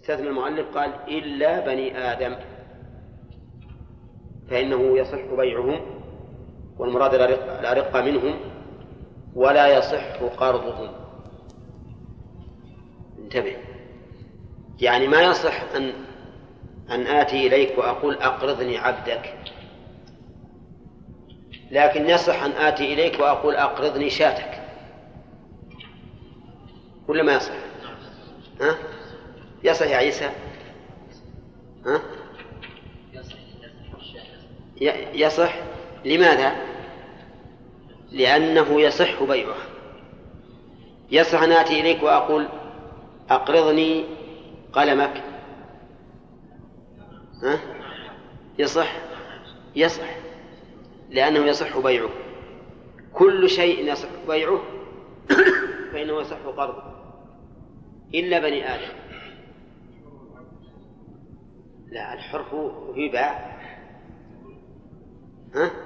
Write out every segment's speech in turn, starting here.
استثنى المؤلف قال إلا بني آدم، فإنه يصح بيعهم، والمراد الأرقة منهم، ولا يصح قرضهم. انتبه، يعني ما يصح أن آتي إليك وأقول أقرضني عبدك، لكن يصح أن آتي إليك وأقول أقرضني شاتك، ولا ما يصح؟ ها؟ يصح يا عيسى؟ ها؟ يصح. لماذا؟ لأنه يصح بيعها. يصح أن آتي إليك وأقول أقرضني قلمك، ها؟ يصح لأنه يصح بيعه. كل شيء يصح بيعه فإنه يصح قرضه إلا بني آدم. لا، الحرف يباع. ها؟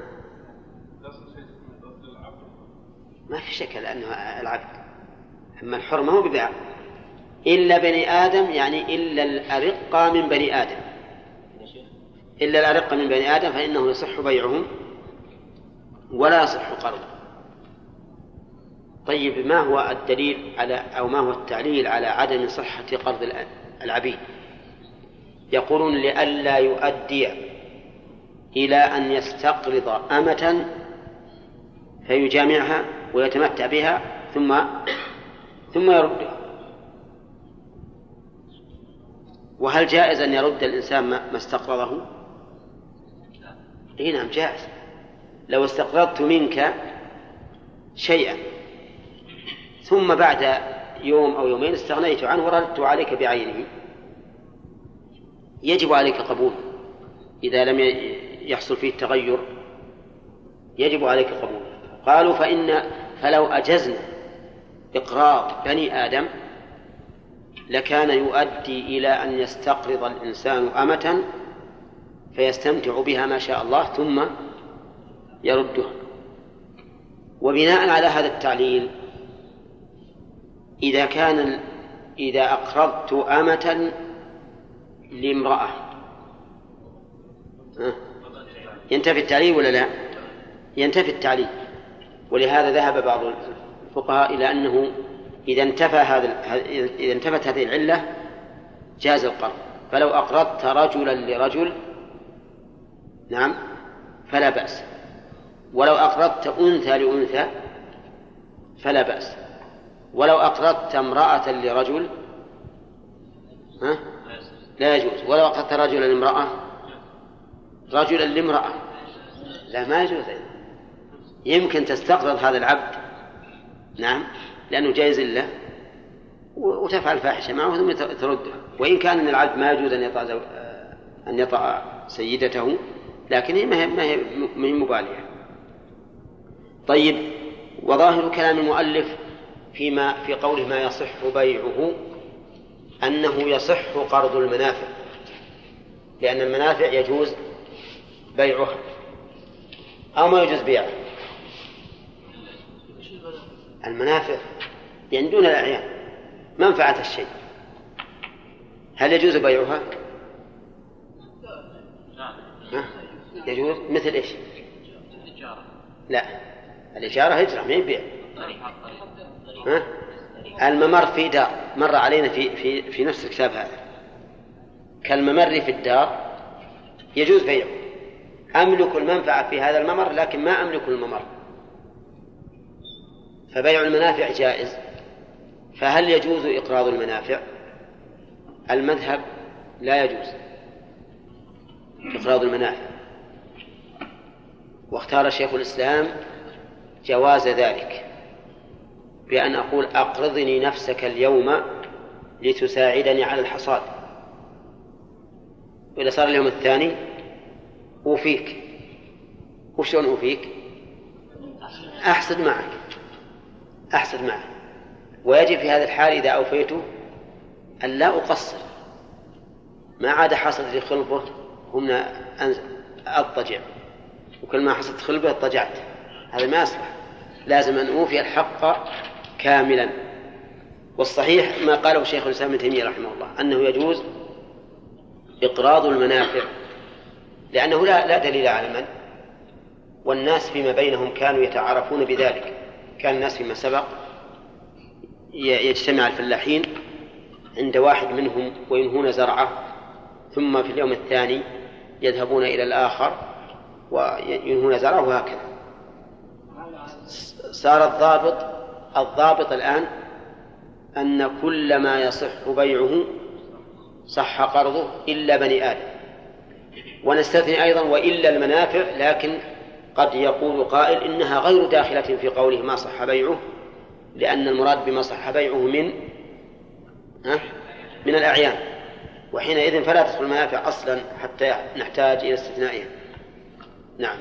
ما في شك لأنه العبد، أما الحر ما هو بباع. إلا بني آدم يعني إلا الأرقة من بني آدم، إلا الأرقة من بني آدم فإنه يصح بيعهم ولا يصح قرضه. طيب، ما هو الدليل على أو ما هو التعليل على عدم صحة قرض العبيد؟ يقولون لئلا يؤدي إلى أن يستقرض أمة فيجامعها ويتمتع بها ثم يردها. وهل جائز أن يرد الإنسان ما استقرضه؟ نعم جائز. لو استقرضت منك شيئا ثم بعد يوم أو يومين استغنيت عنه وردت عليك بعينه، يجب عليك قبول. إذا لم يحصل فيه التغير يجب عليك قبول. قالوا فلو أجزنا إقراض بني آدم لكان يؤدي إلى أن يستقرض الإنسان أمة فيستمتع بها ما شاء الله ثم يردها. وبناء على هذا التعليل إذا أقرضت أمة لامرأة ينتفي التعليل ولا لا؟ ينتفي التعليل. ولهذا ذهب بعض الفقهاء إلى أنه إذا انتفت هذه العلة جاز القرض. فلو أقرضت رجلا لرجل نعم فلا بأس، ولو أقرضت أنثى لأنثى فلا بأس، ولو أقرضت امرأة لرجل لا يجوز، ولو أقرضت رجلا لامرأة رجلا لامرأة لا ما يجوز. يمكن تستقرض هذا العبد نعم لأنه جائز له وتفعل فاحشة معه ثم ترده، وإن كان العبد ما يجوز أن يطأ سيدته، لكن هي ما هي مبالية. طيب، وظاهر كلام المؤلف في قوله ما يصح بيعه أنه يصح قرض المنافع، لأن المنافع يجوز بيعها أو ما يجوز بيعها. المنافع يعني دون الأعيان، منفعة الشيء هل يجوز بيعها؟ يجوز. مثل إيش؟ لا، الإجارة هجرة ما يبيع. الممر في دار مر علينا في نفس الكتاب هذا، كالممر في الدار يجوز بيعه. أملك المنفعة في هذا الممر لكن ما أملك الممر، فبيع المنافع جائز. فهل يجوز إقراض المنافع؟ المذهب لا يجوز إقراض المنافع، واختار شيخ الإسلام جواز ذلك بأن أقول أقرضني نفسك اليوم لتساعدني على الحصاد، وإذا صار اليوم الثاني أوفيك. وشلون أوفيك؟ أحسد معك. ويجب في هذا الحال إذا أوفيته أن لا أقصر، ما عاد حصلت لي خلبه هم أضطجع، وكل ما حصلت خلبه اضطجعت، هذا ما يصلح. لازم أن أوفي الحق كاملا. والصحيح ما قاله شيخ الإسلام ابن تيمية رحمه الله أنه يجوز إقراض المنافع، لأنه لا دليل على المنع، والناس فيما بينهم كانوا يتعارفون بذلك. كان الناس فيما سبق يجتمع الفلاحين عند واحد منهم وينهون زرعه، ثم في اليوم الثاني يذهبون إلى الآخر وينهون زرعه، وهكذا. صار الضابط الآن أن كل ما يصح بيعه صح قرضه إلا بني آدم، ونستثني أيضا وإلا المنافع، لكن قد يقول قائل إنها غير داخلة في قوله ما صح بيعه، لأن المراد بما صح بيعه من الأعيان، وحينئذ فلا تدخل المنافع أصلا حتى نحتاج إلى استثنائها. نعم.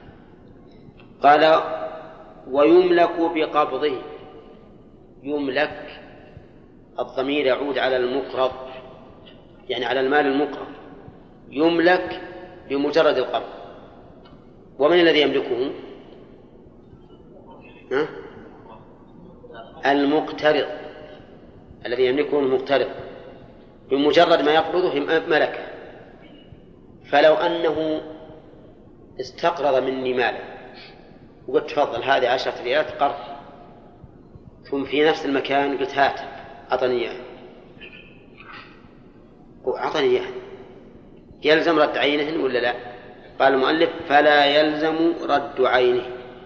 قال ويملك بقبضه. يملك الضمير يعود على المقرض، يعني على المال المقرض، يملك بمجرد القبض. ومن الذي يملكه؟ المقترض، الذي يملكه المقترض، بمجرد ما يقبضه ملكه. فلو أنه استقرض مني مالا وقلت تفضل هذه 10 ريالات قرض، ثم في نفس المكان قلت هات أعطني إياه وأعطني إياه، يلزم رد عينهن ولا لا؟ قال المؤلف فلا يلزم رد عينه.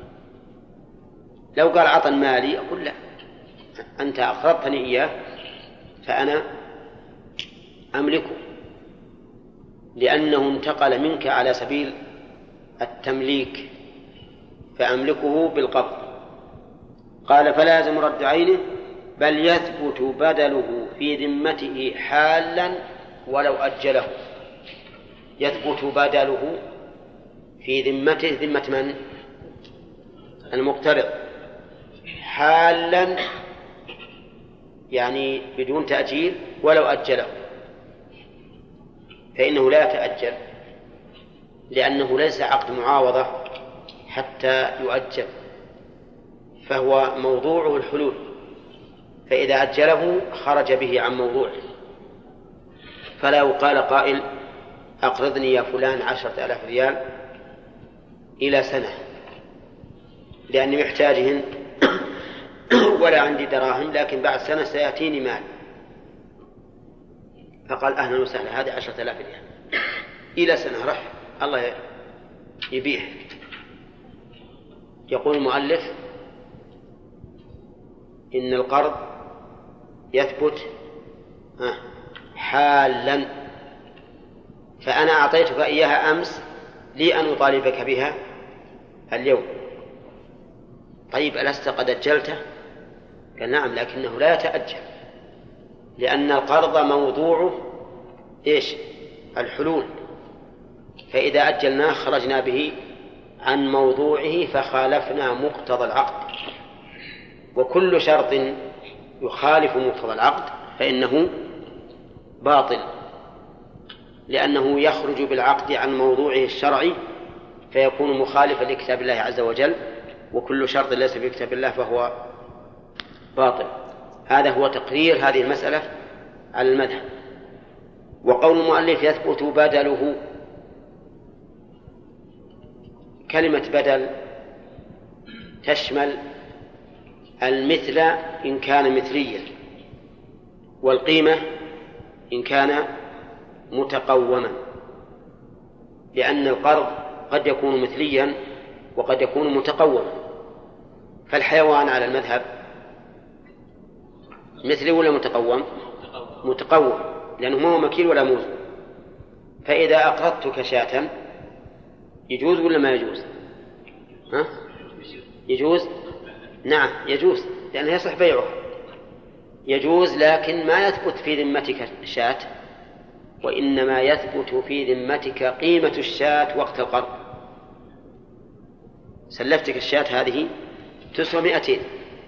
لو قال عطن مالي أقول لا، أنت أقرضتني إياه فأنا أملكه، لأنه انتقل منك على سبيل التمليك، فأملكه بالقبض. قال فلا يلزم رد عينه، بل يثبت بدله في ذمته حالا ولو أجله. يثبت بدله في ذمته، ذمة من؟ المقترض، حالا يعني بدون تأجيل، ولو أجله فإنه لا يتأجل، لأنه ليس عقد معاوضة حتى يؤجل، فهو موضوعه الحلول، فإذا أجله خرج به عن موضوعه. فلا يقال قائل أقرضني يا فلان 10,000 ريال إلى سنة لأني محتاجهن ولا عندي دراهم، لكن بعد سنة سيأتيني مال، فقال أهلا وسهلا هذه 10,000 ريال إلى سنة رح الله يبيح. يقول المؤلف إن القرض يثبت حالا، فأنا أعطيتك إياها أمس لي أن أطالبك بها اليوم. طيب ألست قد أجلته؟ قال نعم، لكنه لا يتأجل، لأن القرض موضوعه إيش؟ الحلول، فإذا أجلناه خرجنا به عن موضوعه فخالفنا مقتضى العقد، وكل شرط يخالف مقتضى العقد فإنه باطل، لأنه يخرج بالعقد عن موضوعه الشرعي فيكون مخالفا لكتاب الله عز وجل، وكل شرط ليس في كتاب الله فهو باطل. هذا هو تقرير هذه المسألة على المذهب. وقول المؤلف يثبت بدله، كلمة بدل تشمل المثل إن كان مثليا، والقيمة إن كان متقوما، لأن القرض قد يكون مثليا وقد يكون متقوما. فالحيوان على المذهب مثلي ولا متقوم؟ متقوم، لأنه ما هو مكيل ولا موزن. فإذا أقرضتك شاة يجوز ولا ما يجوز؟ يجوز؟ نعم يجوز، لأنه يصح بيعه، يجوز، لكن ما يثبت في ذمتك شاة، وإنما يثبت في ذمتك قيمة الشاة وقت القرض. سلفتك الشاة هذه تسوى 200،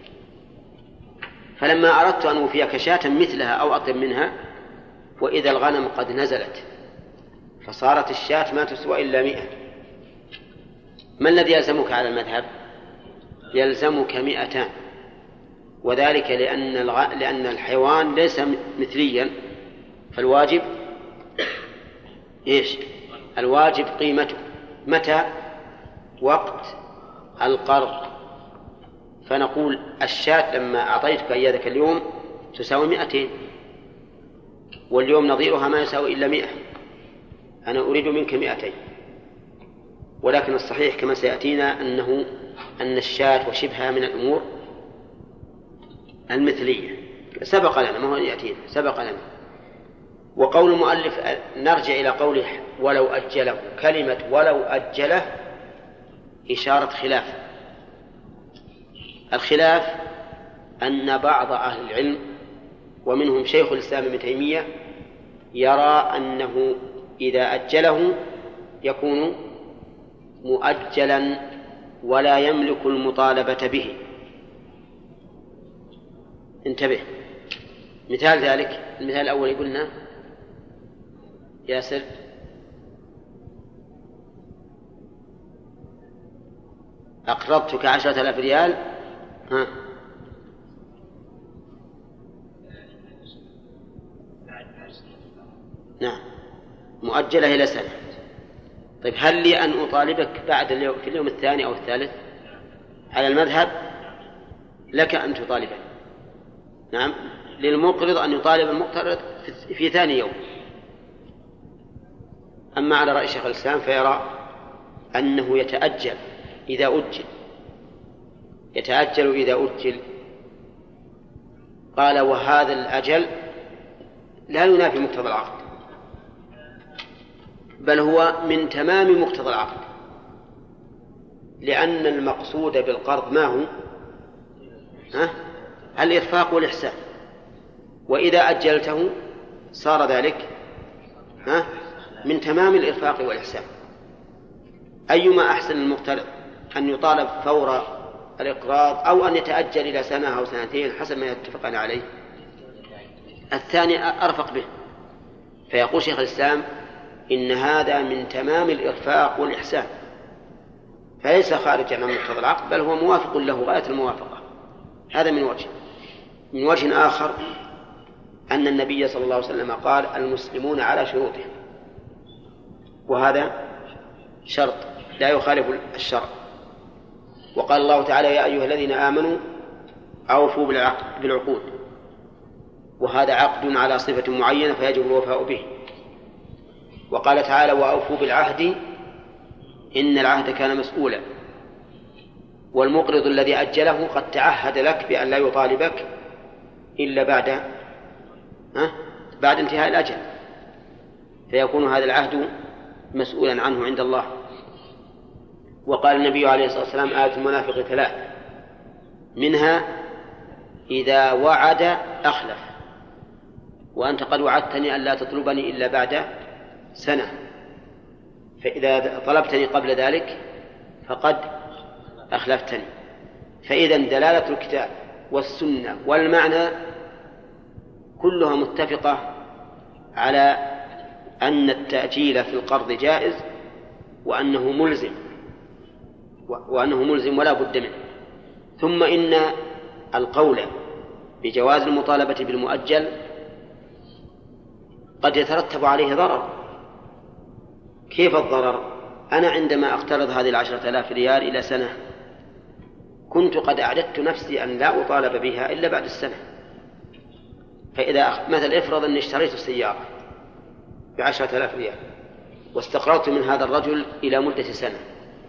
فلما أردت أن أوفيك شاة مثلها أو أطلب منها، وإذا الغنم قد نزلت فصارت الشاة ما تسوى إلا 100، ما الذي يلزمك على المذهب؟ يلزمك 200، وذلك لأن الحيوان ليس مثليا، فالواجب إيش؟ الواجب قيمته متى؟ وقت القرض. فنقول الشاة لما أعطيتك إياك اليوم تساوي 200، واليوم نظيرها ما يساوي إلا 100، أنا أريد منك 200. ولكن الصحيح كما سيأتينا أن الشاة وشبهها من الأمور المثلية سبق لنا، ما هو يأتينا سبق لنا. وقول المؤلف نرجع إلى قوله ولو أجله، كلمة ولو أجله إشارة خلاف. الخلاف أن بعض أهل العلم ومنهم شيخ الإسلام ابن تيمية يرى أنه إذا أجله يكون مؤجلا ولا يملك المطالبة به. انتبه، مثال ذلك المثال الأول قلنا ياسر أقرضتك 10,000 ريال، ها نعم مؤجلة إلى سنة. طيب هل لي أن أطالبك في اليوم الثاني أو الثالث؟ على المذهب لك أن تطالبه، نعم، للمقرض أن يطالب المقترض في ثاني يوم. أما على رأي شيخ الإسلام فيرى أنه يتأجل إذا أجل، يتأجل إذا أجل. قال وهذا الأجل لا ينافي مقتضى العقد، بل هو من تمام مقتضى العقد، لأن المقصود بالقرض ما هو؟ الإرفاق والإحسان، وإذا أجلته صار ذلك من تمام الإرفاق والإحسان. أيما أحسن المقترض أن يطالب فور الإقراض أو أن يتأجل إلى سنة أو سنتين حسب ما يتفقون عليه؟ الثاني أرفق به. فيقول شيخ الإسلام إن هذا من تمام الإرفاق والإحسان، فليس خارجا عن مقتضى العقد، بل هو موافق له غاية الموافقة. هذا من وجه. من وجه آخر أن النبي صلى الله عليه وسلم قال المسلمون على شروطهم، وهذا شرط لا يخالف الشرع. وقال الله تعالى يا أيها الذين آمنوا أوفوا بالعقود، وهذا عقد على صفة معينة فيجب الوفاء به. وقال تعالى وأوفوا بالعهد إن العهد كان مسؤولا. والمقرض الذي أجله قد تعهد لك بأن لا يطالبك إلا بعد انتهاء الأجل، فيكون هذا العهد مسؤولا عنه عند الله. وقال النبي عليه الصلاة والسلام آية المنافق 3، منها إذا وعد أخلف، وأنت قد وعدتني أن لا تطلبني إلا بعد سنة، فإذا طلبتني قبل ذلك فقد أخلفتني. فإذا دلالة الكتاب والسنة والمعنى كلها متفقة على أن التأجيل في القرض جائز، وأنه ملزم ولا بد منه. ثم إن القول بجواز المطالبة بالمؤجل قد يترتب عليه ضرر. كيف الضرر؟ أنا عندما أقترض هذه 10,000 ريال إلى سنة كنت قد أعددت نفسي أن لا أطالب بها إلا بعد السنة. فإذا مثل افرض أني اشتريت السيارة ب10,000 ريال واستقررت من هذا الرجل إلى مدة سنة،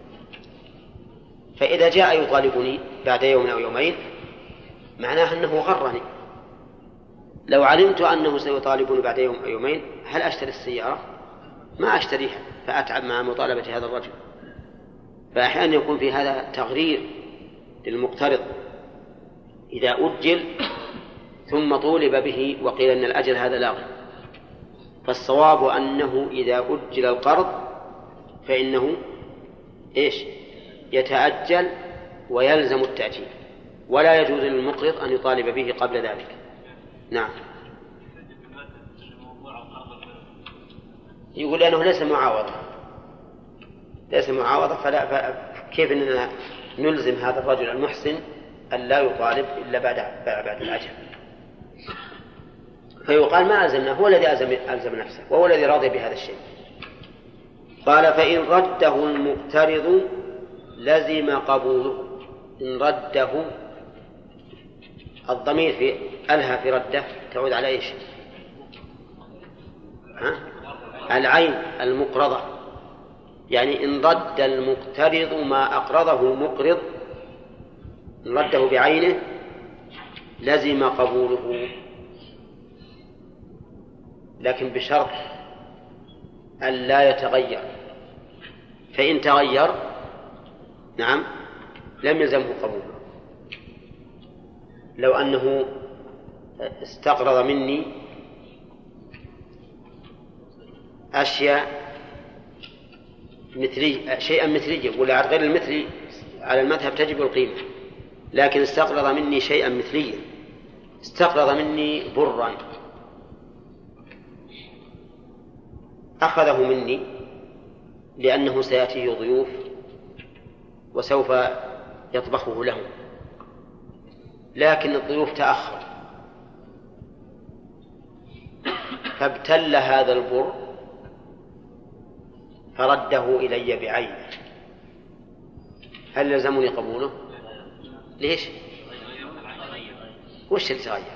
فإذا جاء يطالبني بعد يوم أو يومين معناه أنه غرني. لو علمت أنه سيطالبني بعد يوم أو يومين هل أشتري السيارة؟ ما أشتريها، فأتعب مع مطالبة هذا الرجل. فأحيانا يكون في هذا تغرير للمقترض إذا أجل ثم طولب به وقيل أن الأجل هذا لاغ. فالصواب أنه إذا أجل القرض فإنه يتأجل ويلزم التأجيل، ولا يجوز للمقرض أن يطالب به قبل ذلك. نعم. يقول أنه ليس معاوضة، كيف أننا نلزم هذا الرجل المحسن أن لا يطالب إلا بعد الأجل، فيقال ما ألزمنا، هو الذي ألزم نفسه وهو الذي راضي بهذا الشيء. قال فإن رده المقترض لزم قبوله. إن رده، الضمير في ألها في رده تعود على إيش؟ العين المقرضة، يعني إن رد المقترض ما أقرضه المقرض، إن رده بعينه لزم قبوله، لكن بشرط أن لا يتغير، فإن تغير نعم لم يلزمه قبوله. لو أنه استقرض مني أشياء مثلي، شيئا مثليا، ولا غير المثلي على المذهب تجب القيمة، لكن استقرض مني شيئا مثليا، استقرض مني برا، أخذه مني لأنه سيأتيه ضيوف وسوف يطبخه لهم، لكن الضيوف تأخر فابتل هذا البر فرده إلي بعينه، هل يلزمني قبوله؟ ليش؟ وش اللي تغير؟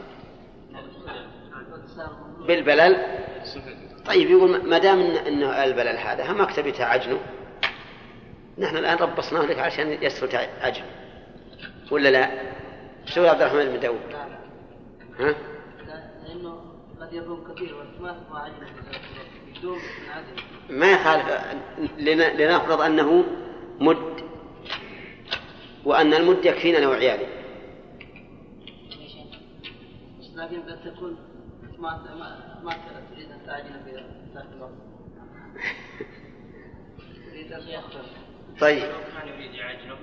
بالبلل. طيب يقول ما دام إنه البلل هذا هم اكتبتها عجنه، نحن الآن ربصناه لك عشان يسفل عجنه، ولا لا؟ شو عبد الرحمن بن داود؟ ها؟ لأنه قد يكون كثير والثمات وعجنه بدون عجن. ما يخالف، لنفرض أنه مد، وأن المد يكفينا أنا وعيالي. لكن قد تكون ما تريد أن تعجن في ذات الوقت. تريد أن يخطر. طيب. كان يريد يعجنه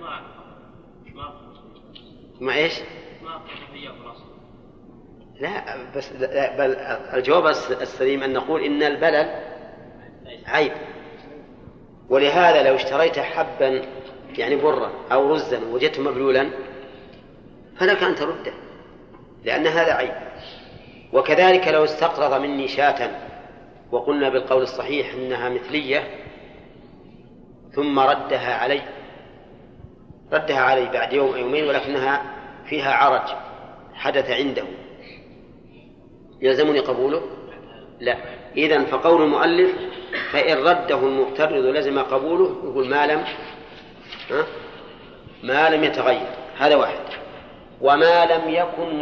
ما إيش؟ ما أخذ فيه خلاص. لا بس بل الجواب السليم أن نقول إن البلل عيب، ولهذا لو اشتريت حبا يعني برا أو رزا وجدته مبلولا فلك أن ترده، لأن هذا عيب. وكذلك لو استقرض مني شاة وقلنا بالقول الصحيح إنها مثلية ثم ردها علي بعد يوم أو يومين ولكنها فيها عرج حدث عنده، يلزمني قبوله؟ لا. إذن فقول المؤلف فإن رده المقترض لزم قبوله، يقول ما لم يتغير، هذا واحد. وما لم يكن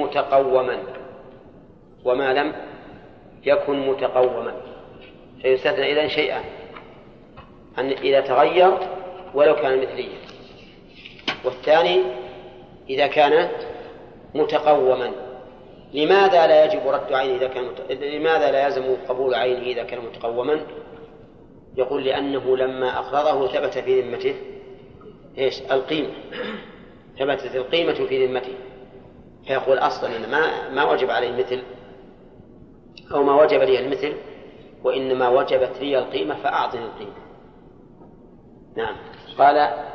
متقوما فيستثنى إذن شيئا، أن إذا تغير ولو كان مثليا، والثاني إذا كان متقوما. لماذا لا يجب رد عينه إذا كان لماذا لا يلزم قبول عينه إذا كان متقوما؟ يقول لأنه لما أقرضه ثبت في ذمته إيش؟ القيمة، ثبتت القيمة في ذمته، فيقول أصلا إن ما وجب عليه المثل أو ما وجب لي المثل، وإنما وجبت لي القيمة فأعطني القيمة. نعم. قال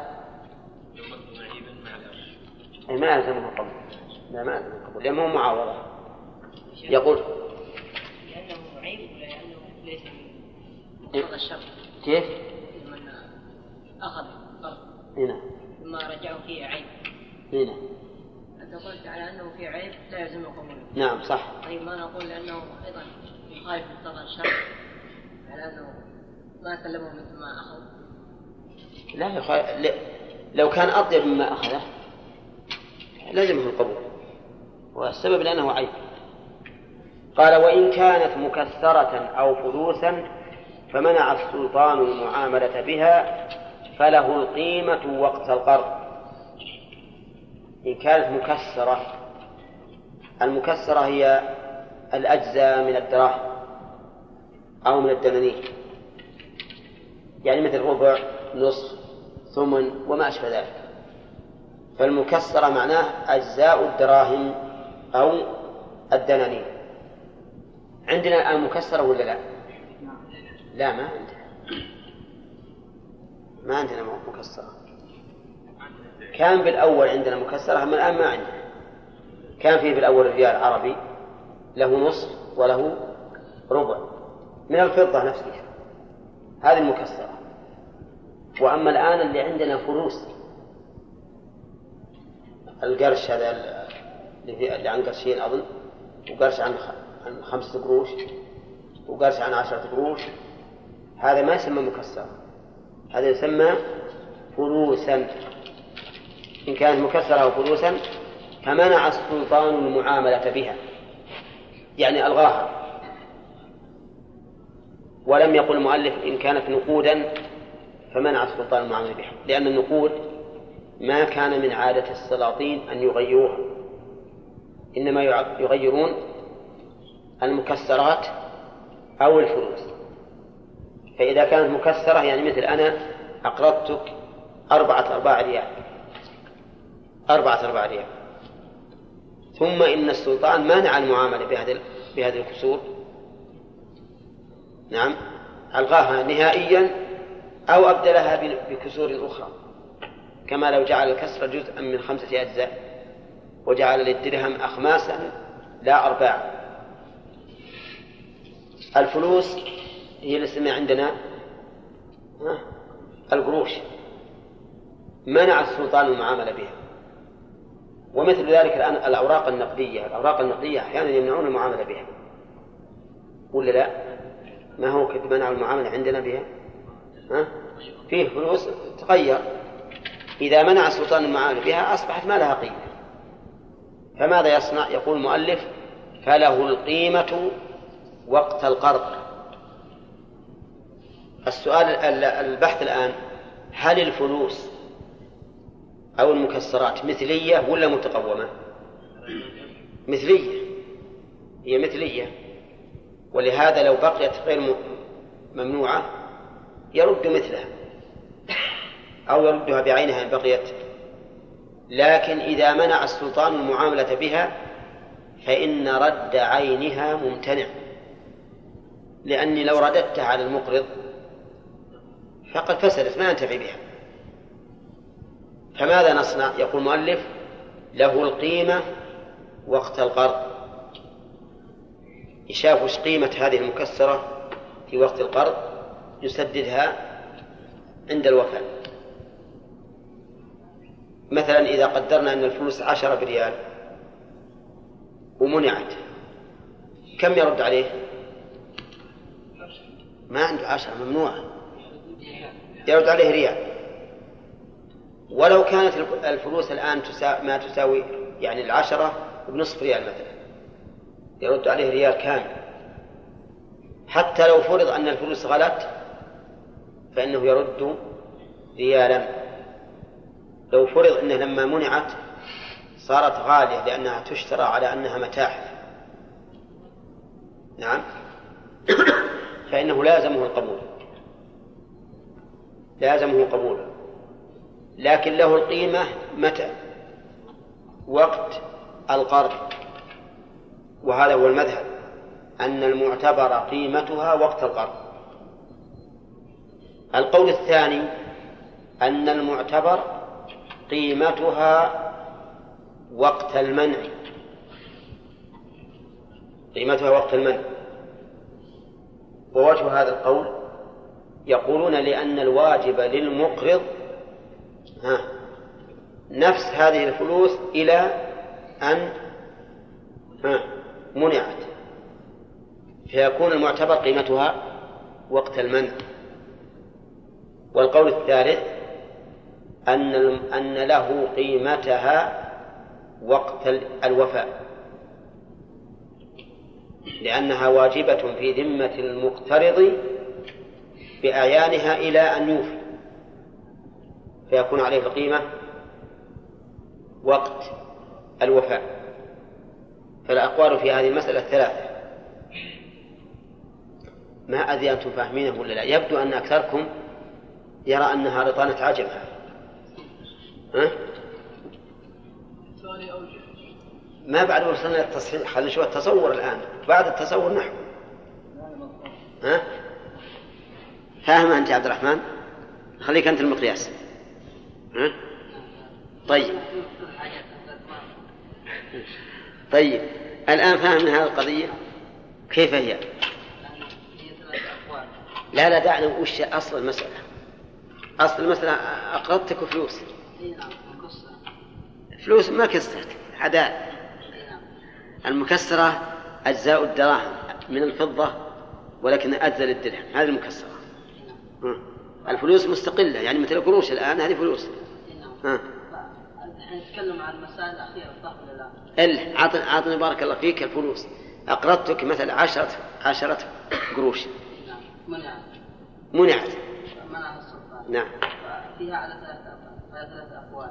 ما ألزمه قبول، لا ما ألزمه قبول لأنه معاوضة. يقول لأنه عيب ولا لأنه ليس من الشرط؟ كيف؟ من أخذ قرض هنا ثم رجعوا فيه عيب. هنا أنت قلت على أنه في عيب لا يلزمه قبوله. نعم صح. طيب ما نقول لأنه أيضا يخالف مقتضى الشرط على أنه ما سلمه مثل ما أخذ؟ لا لو كان أطيب مما أخذه لازمه القبول، والسبب لأنه عيب. قال وإن كانت مكسرة أو فلوسا فمنع السلطان المعاملة بها فله القيمة وقت القرض. إن كانت مكسرة، المكسرة هي الأجزاء من الدراهم أو من الدنانير، يعني مثل ربع، نصف، ثمن وما أشبه ذلك. فالمكسرة معناه أجزاء الدراهم أو الدنانير. عندنا الآن مكسرة ولا لا؟ لا ما عندنا مكسرة. كان بالأول عندنا مكسرة، أما الآن ما عندنا. كان فيه بالأول ريال عربي له نصف وله ربع من الفضة نفسها، هذه المكسرة. وأما الآن اللي عندنا فلوس، القرش هذا اللي عن قرشين أظن، وقرش عن 5 قروش، وقرش عن 10 قروش، هذا ما يسمى مكسر، هذا يسمى فلوسا. إن كانت مكسرة وفلوسا فمنع السلطان المعاملة بها، يعني ألغاها. ولم يقل المؤلف إن كانت نقودا فمنع السلطان المعاملة بها، لأن النقود ما كان من عادة السلاطين أن يغيروها، إنما يغيرون المكسرات أو الفلوس. فإذا كانت مكسرة يعني مثل أنا أقرضتك 4 ريال، 4 ريال، ثم إن السلطان مانع المعاملة بهذه الكسور، نعم، ألغاها نهائيا أو أبدلها بكسور أخرى، كما لو جعل الكسر جزءا من 5 أجزاء وجعل للدرهم أخماسا لا أرباع. الفلوس هي اللي اسمها عندنا القروش، منع السلطان المعاملة بها. ومثل ذلك الآن الأوراق النقدية أحيانا يمنعون المعاملة بها، ولا لا؟ ما هو كد منع المعاملة عندنا بها؟ فيه فلوس تغير، إذا منع السلطان المعاملة بها أصبحت ما لها قيمة. فماذا يصنع؟ يقول المؤلف فله القيمة وقت القرض. السؤال البحث الآن، هل الفلوس أو المكسرات مثلية ولا متقومة؟ مثلية، هي مثلية، ولهذا لو بقيت غير ممنوعة يرد مثلها أو يردها بعينها إن بقيت. لكن إذا منع السلطان المعاملة بها فإن رد عينها ممتنع، لأني لو رددتها على المقرض فقد فسدت، ما ينتفع بها. فماذا نصنع؟ يقول المؤلف له القيمة وقت القرض. يشاف وش قيمة هذه المكسرة في وقت القرض يسددها عند الوفاة. مثلا إذا قدرنا أن الفلوس 10 بريال ومنعت، كم يرد عليه؟ ما عنده 10، ممنوعة، يرد عليه ريال. ولو كانت الفلوس الآن ما تساوي يعني 10 بنصف ريال مثلا، يرد عليه ريال كامل. حتى لو فرض أن الفلوس غلت فإنه يرد ريالا. لو فرض أنه لما منعت صارت غالية لأنها تشترى على أنها متاحف، نعم، فإنه لازمه قبوله. لكن له القيمة متى؟ وقت القرض. وهذا هو المذهب، أن المعتبر قيمتها وقت القرض. القول الثاني أن المعتبر قيمتها وقت المنع، ووجه هذا القول يقولون لأن الواجب للمقرض نفس هذه الفلوس إلى أن منعت، فيكون المعتبر قيمتها وقت المنع. والقول الثالث أن له قيمتها وقت الوفاء، لأنها واجبة في ذمة المقترض بأعيانها إلى أن يوفي، فيكون عليه القيمة وقت الوفاء. فالأقوال في هذه المسألة 3. ما أدري أنتم فاهمينه ولا لا؟ يبدو أن أكثركم يرى أنها رطانة عجب. ما بعد وصلنا للتصحيح، خلينا نشوف التصور الآن. بعد التصور نحو فاهم أنت يا عبد الرحمن؟ خليك أنت المقياس. طيب الآن فهم هذه القضية كيف هي؟ لا دعنا وش أصل المسألة. أصل المسألة أقرضتك فلوس ما كسرت حداد. المكسرة أجزاء الدراهم من الفضة ولكن أجزاء الدرهم، هذه المكسرة. الفلوس مستقلة يعني مثل قروش الآن، هذه فلوس. نتكلم عن المسائل الأخيرة صح ولا لا؟ عطني بارك الله فيك الفلوس. أقرضتك مثل 10 قروش. منعت. منع السلطان. نعم. فيها على ثلاثة أقوال.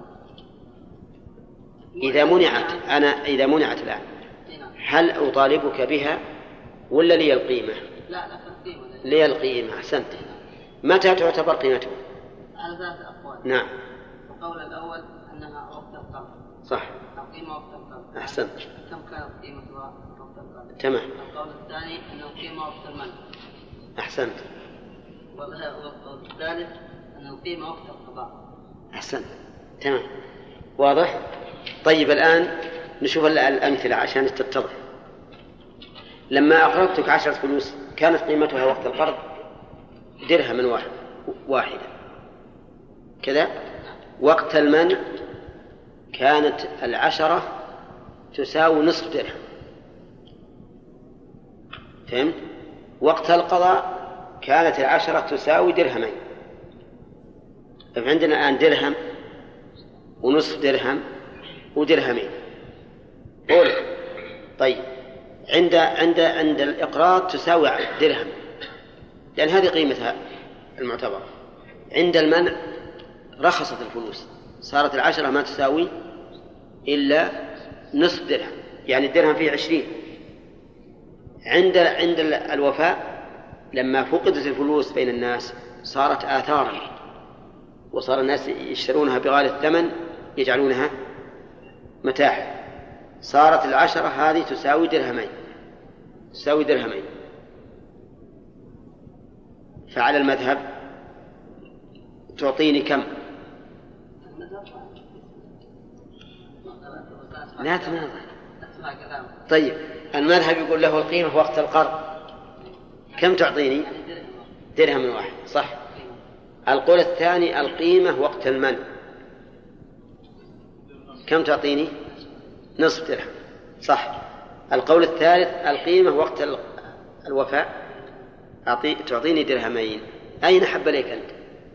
إذا منعت الآن هل أطالبك بها ولا لي القيمة؟ لا القيمة. لي القيمة. أحسنت. متى تعتبر قيمته؟ على ثلاثة أقوال. نعم. القول الأول أنها وقت القرض. صح. القيمة وقت القرض. أحسنت. كم كانت قيمتها وقت القرض؟ تمام. القول الثاني أن القيمة وقت المنع. أحسنت. والثالث أن القيمة وقت القضاء. أحسنت. تمام. واضح؟ طيب الآن نشوف الأمثلة عشان تتضح. لما أقرضتك 10 فلوس كانت قيمتها وقت القرض درهما واحدا كذا. وقت المنع كانت 10 تساوي نصف درهم. فهمت؟ وقت القضاء كانت 10 تساوي درهمين. فعندنا الآن درهم ونصف درهم ودرهمين. طيب عند الإقراض تساوي درهم لأن هذه قيمتها المعتبرة. عند المنع رخصت الفلوس، صارت 10 ما تساوي إلا نصف درهم، يعني الدرهم فيه 20. عند الوفاء لما فقدت الفلوس بين الناس صارت آثارا، وصار الناس يشترونها بغالي الثمن يجعلونها متاحف. صارت 10 هذه تساوي درهمين. فعلى المذهب تعطيني كم؟ لا تناظر. طيب المذهب يقول له القيمة وقت القرض كم تعطيني؟ درهم واحد. صح. القول الثاني القيمة وقت المنع كم تعطيني؟ نصف درهم. صح. القول الثالث القيمة وقت الوفاء تعطيني درهمين. أين حب ليك أنت؟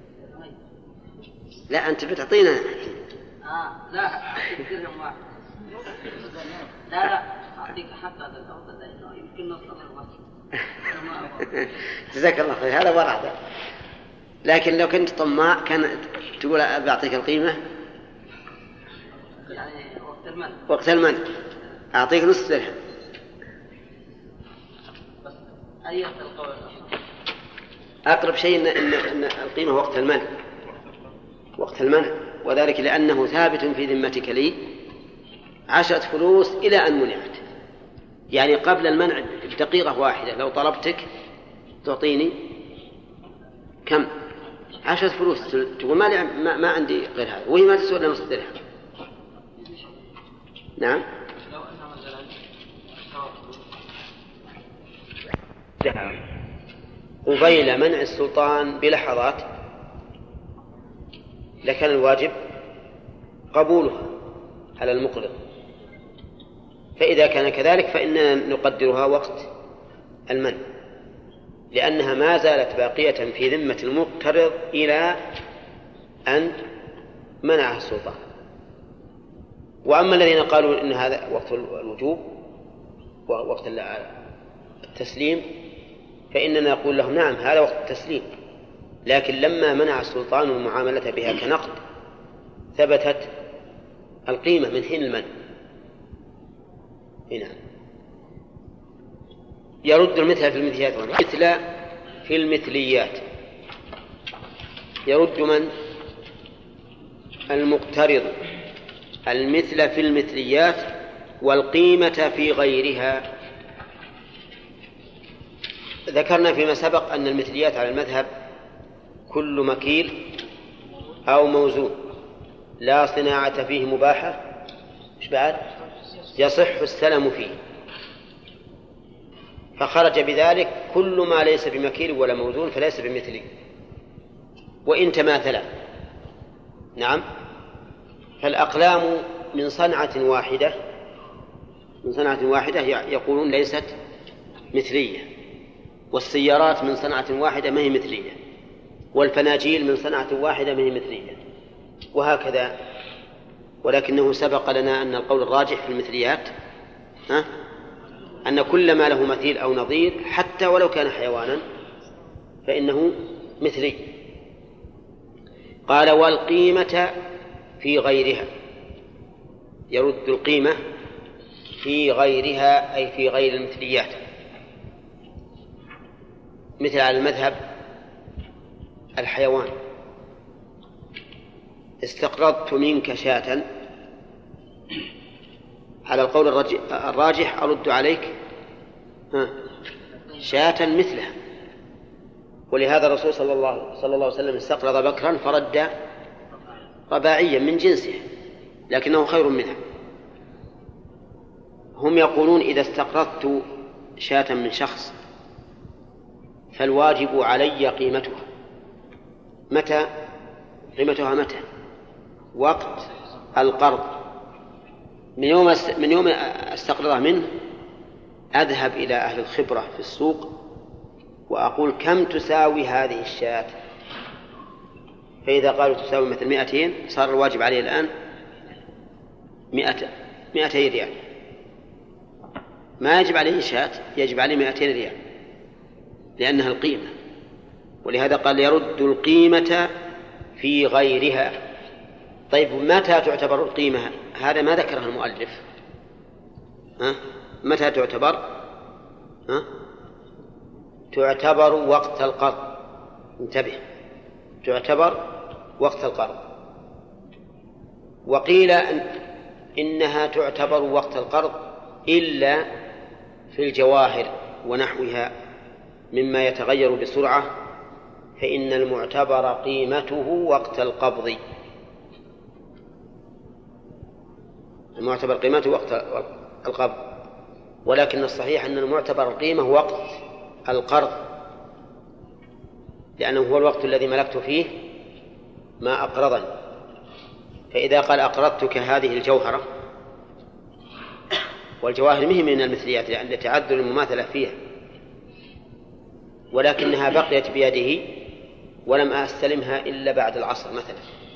لا أنت بتعطينا. لا أعطيك درهم واحد. لا أعطيك حتى هذا الأفضل لأنه يمكن نصف الوقت. جزاك الله خير. هذا ورع. لكن لو كنت طماع كان تقول أعطيك القيمة يعني وقت المنع أعطيك نصف درهم. بس أي القول أقرب شيء إن القيمة وقت المنع وذلك لأنه ثابت في ذمتك لي 10 فلوس إلى أن منعت. يعني قبل المنع بدقيقة واحدة لو طلبتك تعطيني كم؟ 10 فلوس. تقول ما عندي غير هذا وهي ما تسوى إلا نصف درهم. نعم. قبيل منع السلطان بلحظات لكان الواجب قبولها على المقرض، فإذا كان كذلك فإننا نقدرها وقت المنع لأنها ما زالت باقية في ذمة المقترض إلى أن منعها السلطان. وأما الذين قالوا إن هذا وقت الوجوب ووقت التسليم فإننا نقول لهم نعم هذا وقت التسليم، لكن لما منع السلطان المعاملة بها كنقد ثبتت القيمة من حين المنع. هنا يرد المثل في المثليات مثل في المثليات. يرد من؟ المقترض المثل في المثليات والقيمة في غيرها. ذكرنا فيما سبق أن المثليات على المذهب كل مكيل أو موزون لا صناعة فيه مباحة، إيش بعد؟ يصح السلم فيه. فخرج بذلك كل ما ليس بمكيل ولا موزون فليس بمثلي وإن تماثلا. نعم. فالأقلام من صنعة واحدة يقولون ليست مثلية، والسيارات من صنعة واحدة ما هي مثلية، والفناجيل من صنعة واحدة ما هي مثلية، وهكذا. ولكنه سبق لنا أن القول الراجح في المثليات أن كل ما له مثيل أو نظير حتى ولو كان حيوانا فإنه مثلي. قال والقيمة في غيرها، يرد القيمة في غيرها أي في غير المثليات. مثل على المذهب الحيوان، استقرضت منك شاة، على القول الراجح أرد عليك شاة مثلها. ولهذا الرسول صلى الله عليه وسلم استقرض بكرا فرد رباعيا من جنسه لكنه خير منها. هم يقولون إذا استقرضت شاة من شخص فالواجب علي قيمتها. متى قيمتها؟ متى؟ وقت القرض. من يوم استقرضها منه أذهب إلى أهل الخبرة في السوق وأقول كم تساوي هذه الشاة، فإذا قالوا تساوي مثل 200 صار الواجب عليه الآن 200 ريال. ما يجب عليه شاة، يجب عليه 200 ريال لأنها القيمة. ولهذا قال يرد القيمة في غيرها. طيب متى تعتبر القيمة؟ هذا ما ذكره المؤلف. متى تعتبر؟ تعتبر وقت القرض. انتبه، تعتبر وقت القرض. وقيل إنها تعتبر وقت القرض إلا في الجواهر ونحوها مما يتغير بسرعة، فإن المعتبر قيمته وقت القبض. المعتبر قيمته وقت القبض، ولكن الصحيح أن المعتبر القيمة وقت القرض، لأنه هو الوقت الذي ملكت فيه ما أقرضني. فإذا قال أقرضتك هذه الجوهرة، والجواهر مهم من المثليات لأن تعذر المماثلة فيها، ولكنها بقيت بيده ولم أستلمها إلا بعد العصر مثلا،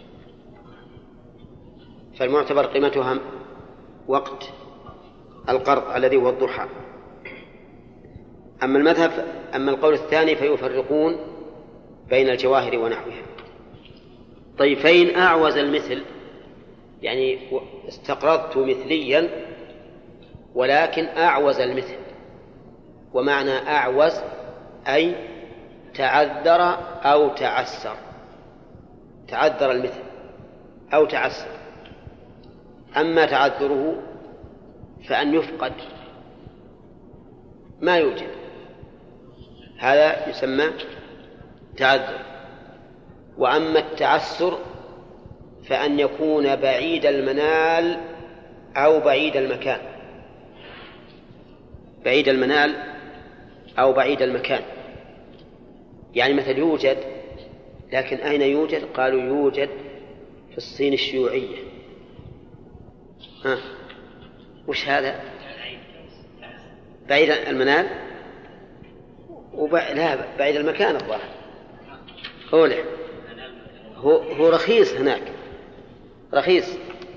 فالمعتبر قيمتها وقت القرض الذي هو الضحى. أما القول الثاني فيفرقون بين الجواهر ونحوها. طيب فإن أعوز المثل، يعني استقرضت مثليا ولكن أعوز المثل، ومعنى أعوز أي تعذر أو تعسر، تعذر المثل أو تعسر. أما تعذره فأن يفقد ما يوجد، هذا يسمى تعذر. وأما التعسر فأن يكون بعيد المنال أو بعيد المكان، بعيد المنال أو بعيد المكان. يعني مثل يوجد، لكن أين يوجد؟ قالوا يوجد في الصين الشيوعية. وش هذا؟ بعيد المنال لا بعيد المكان الظاهر. هو رخيص هناك، رخيص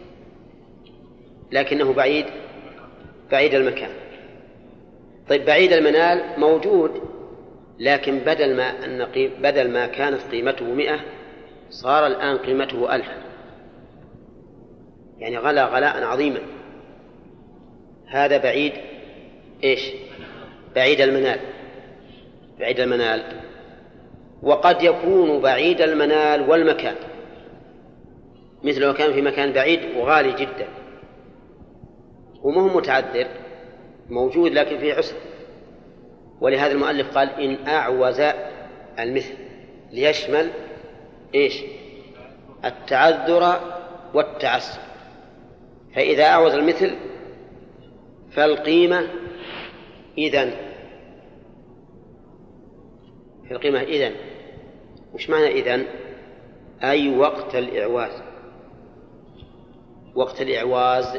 لكنه بعيد المكان. طيب بعيد المنال موجود، لكن بدل ما كانت قيمته 100 صار الآن قيمته 1000، يعني غلا غلاء عظيما. هذا بعيد إيش؟ بعيد المنال، بعيد المنال. وقد يكون بعيد المنال والمكان، مثل لو كان في مكان بعيد وغالي جدا ومهم متعذر، موجود لكن فيه عسر. ولهذا المؤلف قال إن أعوز المثل، ليشمل إيش؟ التعذر والتعسر. فإذا أعوز المثل فالقيمة إذن. في القيمة إذن. وش معنى إذن؟ أي وقت الإعواز. وقت الإعواز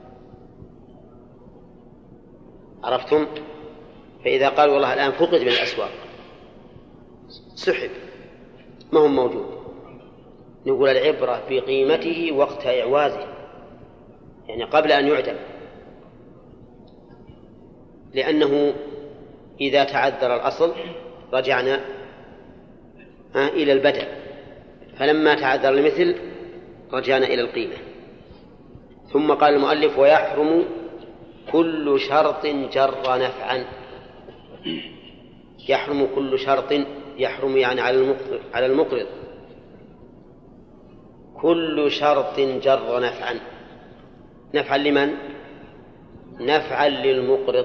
عرفتم؟ فإذا قال والله الآن فقد من الأسواق سحب ما هو موجود، نقول العبرة بقيمته وقت إعوازه، يعني قبل أن يعدم، لأنه إذا تعذر الأصل رجعنا إلى البدء، فلما تعذر المثل رجعنا إلى القيمة. ثم قال المؤلف ويحرم كل شرط جر نفعا. يحرم كل شرط، يحرم يعني على المقرض كل شرط جر نفعا. نفعا لمن؟ نفعا للمقرض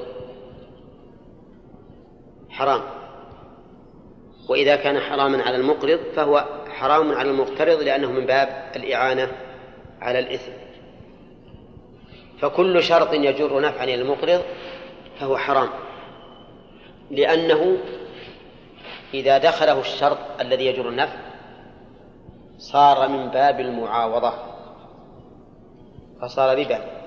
حرام. وإذا كان حراما على المقرض فهو حرام على المقترض، لأنه من باب الإعانة على الإثم. فكل شرط يجر نفعا إلى المقرض فهو حرام، لأنه إذا دخله الشرط الذي يجر النفع صار من باب المعاوضة فصار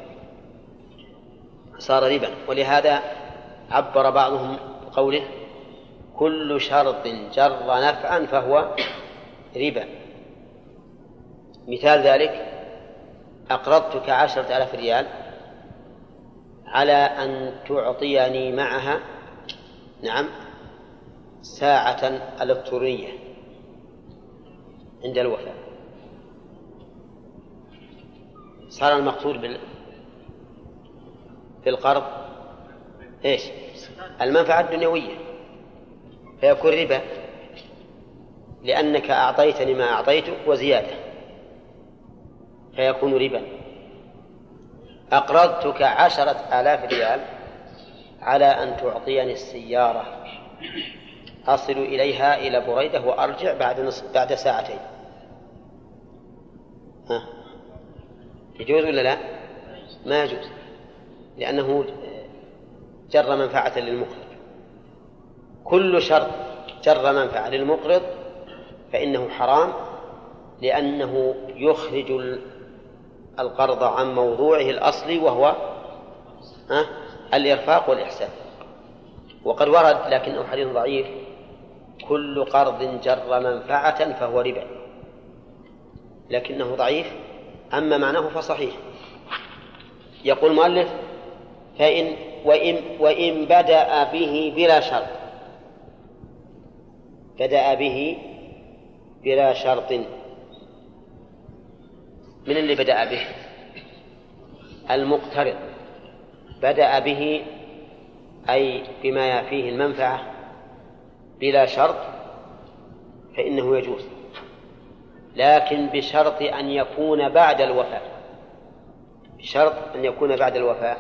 ربا. ولهذا عبر بعضهم بقوله كل شرط جر نفعا فهو ربا. مثال ذلك أقرضتك 10,000 ريال على أن تعطيني معها ساعة إلكترونية عند الوفاة. صار المقصود في القرض إيش؟ المنفعة الدنيوية، فيكون ربا لأنك أعطيتني ما أعطيتك وزيادة، فيكون ربا. أقرضتك 10,000 ريال على أن تعطيني السيارة أصل إليها إلى بريدة وأرجع بعد ساعتين، يجوز ولا لا؟ ما يجوز، لأنه جر منفعة للمقرض. كل شرط جر منفعة للمقرض فإنه حرام، لأنه يخرج القرض عن موضوعه الأصلي وهو الإرفاق والإحسان. وقد ورد لكنه حديث ضعيف كل قرض جر منفعة فهو ربا، لكنه ضعيف، أما معناه فصحيح. يقول المؤلف وإن بدأ به بلا شرط. بدأ به بلا شرط. من اللي بدأ به؟ المقترض. بدأ به أي بما فيه المنفعة بلا شرط فإنه يجوز، لكن بشرط أن يكون بعد الوفاة. بشرط أن يكون بعد الوفاة.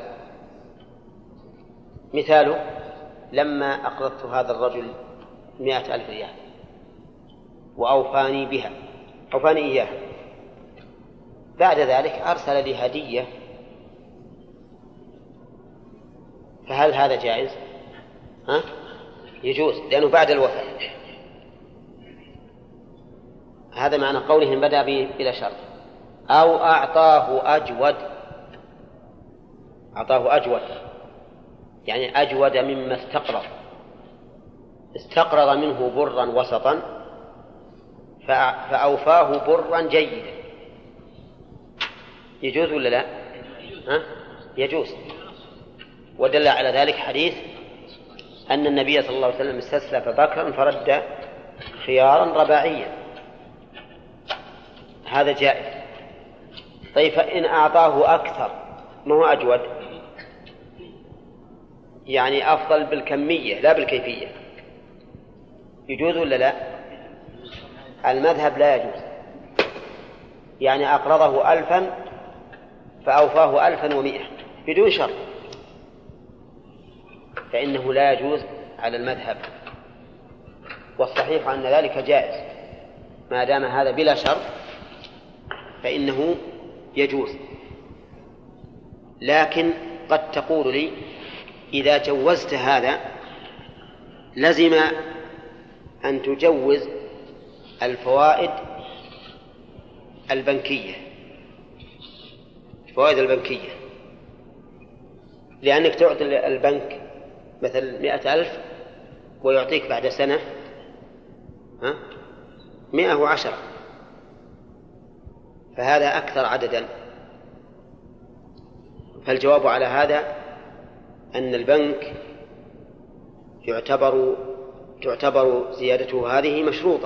مثاله لما أقرضت هذا الرجل 100,000 ريال وأوفاني بها، أوفاني إياها، بعد ذلك أرسل لي هدية، فهل هذا جائز؟ يجوز، لأنه بعد الوفاة. هذا معنى قولهم بدأ به بلا شرط. أو أعطاه أجود، يعني أجود مما استقرض منه برا وسطا فأوفاه برا جيدا. يجوز ولا لا؟ يجوز. ودل على ذلك حديث أن النبي صلى الله عليه وسلم استسلف بكرا فرد خيارا رباعيا، هذا جائز. طيب فإن أعطاه أكثر ما هو أجود؟ يعني أفضل بالكمية لا بالكيفية، يجوز ولا لا؟ المذهب لا يجوز. يعني أقرضه 1000 فأوفاه 1100 بدون شرط، فإنه لا يجوز على المذهب. والصحيح أن ذلك جائز ما دام هذا بلا شرط، فإنه يجوز. لكن قد تقول لي إذا جوزت هذا لزم أن تجوز الفوائد البنكية، الفوائد البنكية، لأنك تعطي البنك مثل 100,000 ويعطيك بعد سنة 110، فهذا أكثر عددا. فالجواب على هذا أن البنك تعتبر زيادته هذه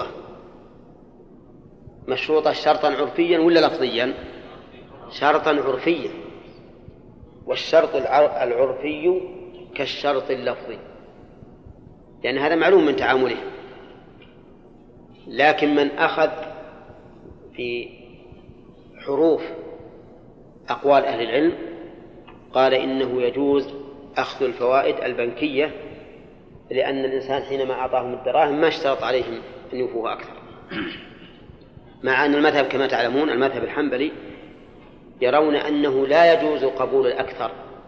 مشروطة شرطا عرفيا ولا لفظيا؟ شرطا عرفيا، والشرط العرفي كالشرط اللفظي، لأن هذا معلوم من تعامله. لكن من أخذ في حروف أقوال أهل العلم قال إنه يجوز أخذ الفوائد البنكية، لأن الإنسان حينما أعطاهم الدراهم ما اشترط عليهم أن يوفوها أكثر. مع أن المذهب كما تعلمون المذهب الحنبلي يرون أنه لا يجوز قبول الأكثر،